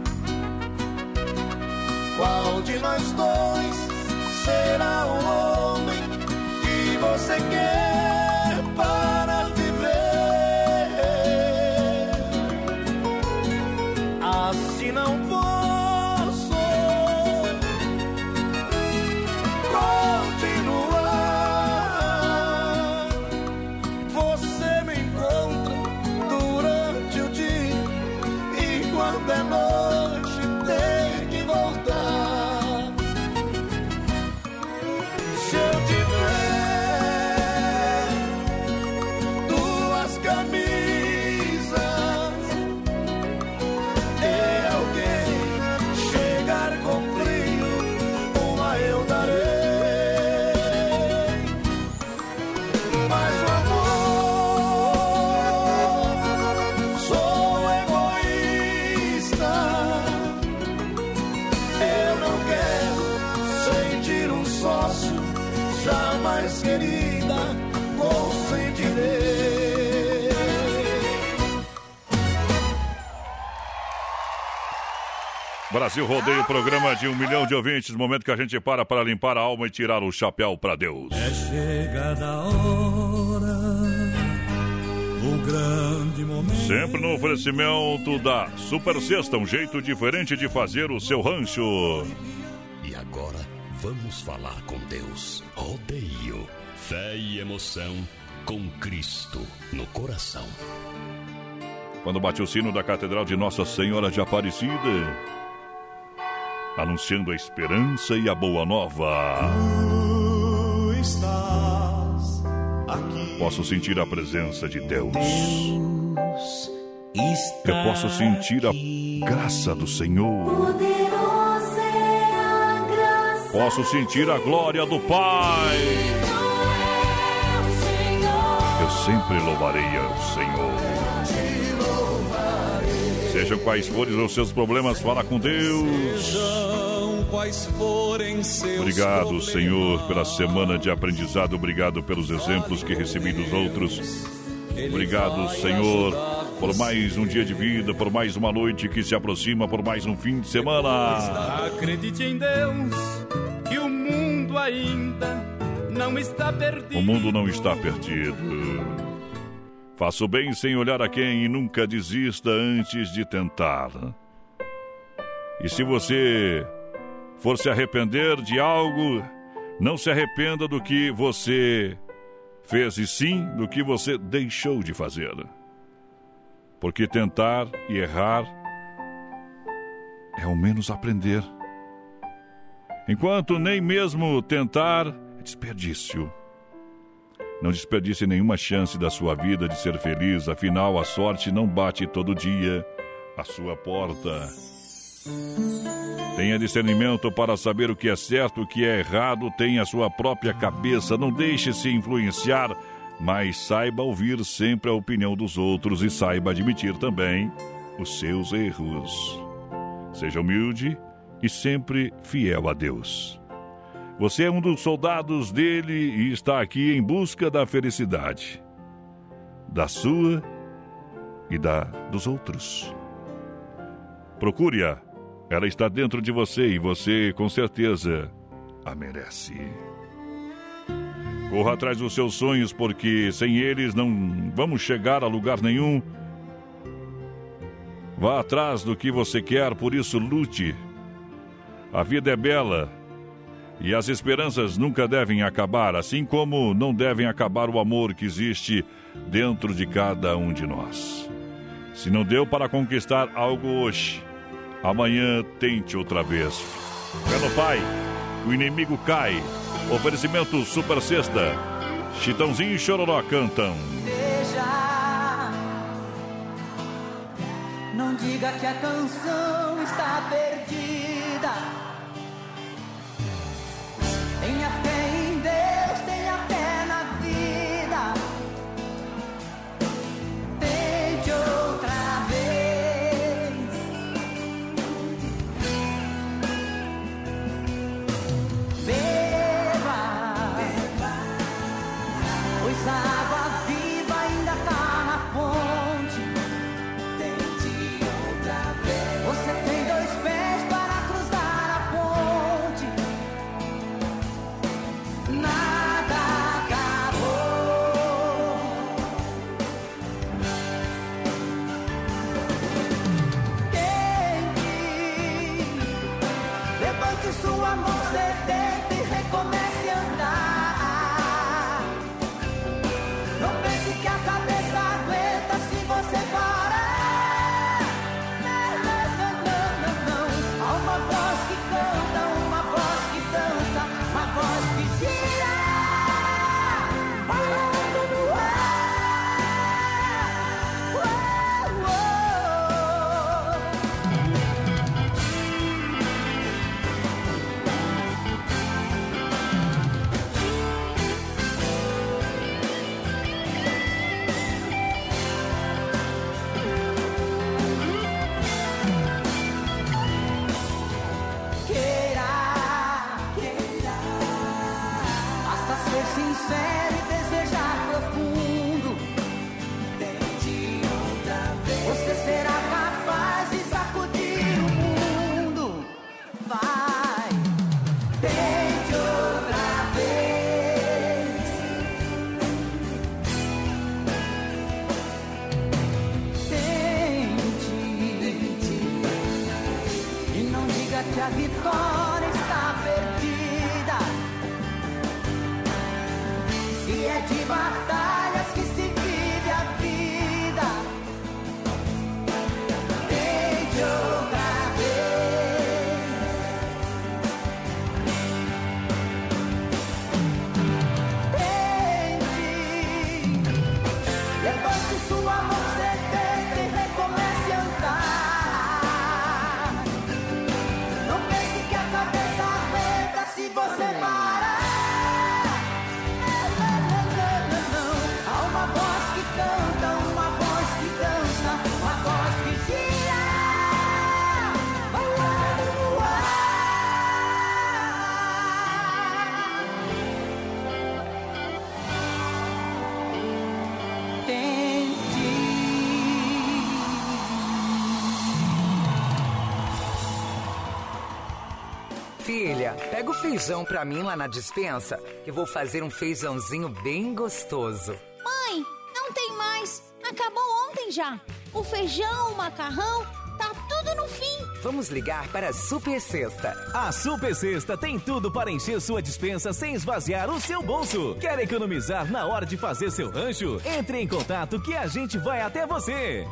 qual de nós dois será o homem que você quer para viver. Assim não posso continuar. Você me encontra durante o dia e quando é noite tem que voltar. Se eu tiver duas camisas e alguém chegar com frio, uma eu darei. Mas o amor, sou egoísta. Eu não quero sentir um sócio, jamais querida consentirei. Brasil Rodeio, programa de 1 milhão de ouvintes. Momento que a gente para limpar a alma e tirar o chapéu pra Deus. É chegada a hora, o grande momento. Sempre no oferecimento da Super Sexta, um jeito diferente de fazer o seu rancho. E agora, vamos falar com Deus. Rodeio, fé e emoção com Cristo no coração. Quando bate o sino da Catedral de Nossa Senhora de Aparecida, anunciando a esperança e a boa nova. Tu estás aqui. Posso sentir a presença de Deus. Está Eu posso sentir a graça do Senhor. Poderosa é a graça. Posso sentir a glória do Pai. Eu sempre louvarei ao Senhor. Sejam quais forem os seus problemas, fala com Deus. Obrigado, Senhor, pela semana de aprendizado. Obrigado pelos exemplos que recebi dos outros. Obrigado, Senhor, por mais um dia de vida, por mais uma noite que se aproxima, por mais um fim de semana. Acredite em Deus, que o mundo ainda não está perdido. O mundo não está perdido. Faça o bem sem olhar a quem e nunca desista antes de tentar. E se você for se arrepender de algo, não se arrependa do que você fez, e sim do que você deixou de fazer. Porque tentar e errar é ao menos aprender. Enquanto nem mesmo tentar é desperdício. Não desperdice nenhuma chance da sua vida de ser feliz, afinal a sorte não bate todo dia à sua porta. Tenha discernimento para saber o que é certo, o que é errado, tenha a sua própria cabeça, não deixe se influenciar, mas saiba ouvir sempre a opinião dos outros e saiba admitir também os seus erros. Seja humilde e sempre fiel a Deus. Você é um dos soldados dele e está aqui em busca da felicidade, da sua e da dos outros. Procure-a, ela está dentro de você e você, com certeza, a merece. Corra atrás dos seus sonhos, porque sem eles não vamos chegar a lugar nenhum. Vá atrás do que você quer, por isso lute. A vida é bela. E as esperanças nunca devem acabar, assim como não devem acabar o amor que existe dentro de cada um de nós. Se não deu para conquistar algo hoje, amanhã tente outra vez. Fé no Pai, o inimigo cai. Oferecimento Super Sexta. Chitãozinho e Chororó cantam. Veja, não diga que a canção está perdida. a vitória está perdida. Se é de batalhas que se vive a vida, tente outra vez. Tente. Levante sua mão sedenta e recomece a andar. Não pense que a cabeça aguenta se você parar. Há uma voz que canta, uma voz que dança, uma voz que gira. Vai lá no ar. Filha, pega o feijão pra mim lá na despensa, que vou fazer um feijãozinho bem gostoso. Mãe, não tem mais. Acabou ontem já. O feijão, o macarrão, tá tudo no fim. Vamos ligar para a Super Sexta. A Super Sexta tem tudo para encher sua despensa sem esvaziar o seu bolso. Quer economizar na hora de fazer seu rancho? Entre em contato que a gente vai até você.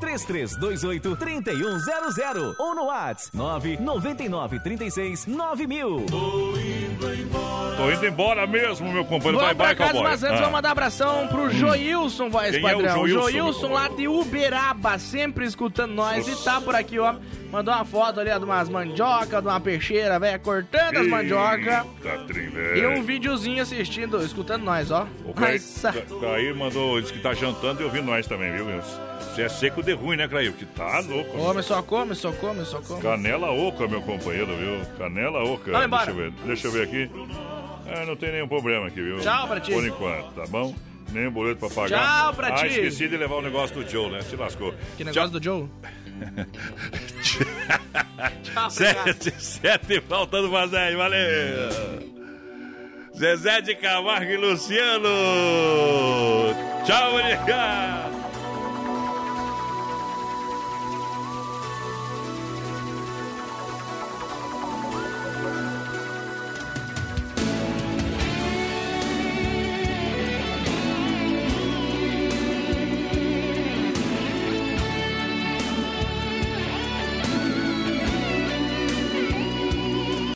3328-3100 ou no WhatsApp 999369000. Tô indo embora mesmo, meu companheiro. Vamos Vai, pra casa, cowboy. mas antes vamos mandar abração pro Joilson, voz Quem padrão. é o Joilson? Joilson lá de Uberaba, sempre escutando nós. E tá por aqui, ó. Mandou uma foto ali, ó, de umas mandioca, de uma peixeira, velho, cortando as mandioca. E um videozinho assistindo, escutando nós, ó. O Cair mandou, disse que tá jantando e ouvindo nós também, viu, meus? Você é seco de ruim, né, Cair? Que tá louco. Come, só come, só come, só come. Canela oca, meu companheiro, viu? Canela oca. Vamos embora. Deixa eu ver aqui. Não tem nenhum problema aqui, viu? Tchau pra ti. Por enquanto, tá bom? Nem boleto pra pagar. Tchau pra ti. Esqueci de levar o negócio do Joe, né? Se lascou. Que negócio do Joe? Tchau, 7, faltando mais 10, valeu! Zezé de Camargo e Luciano! Tchau, Monica!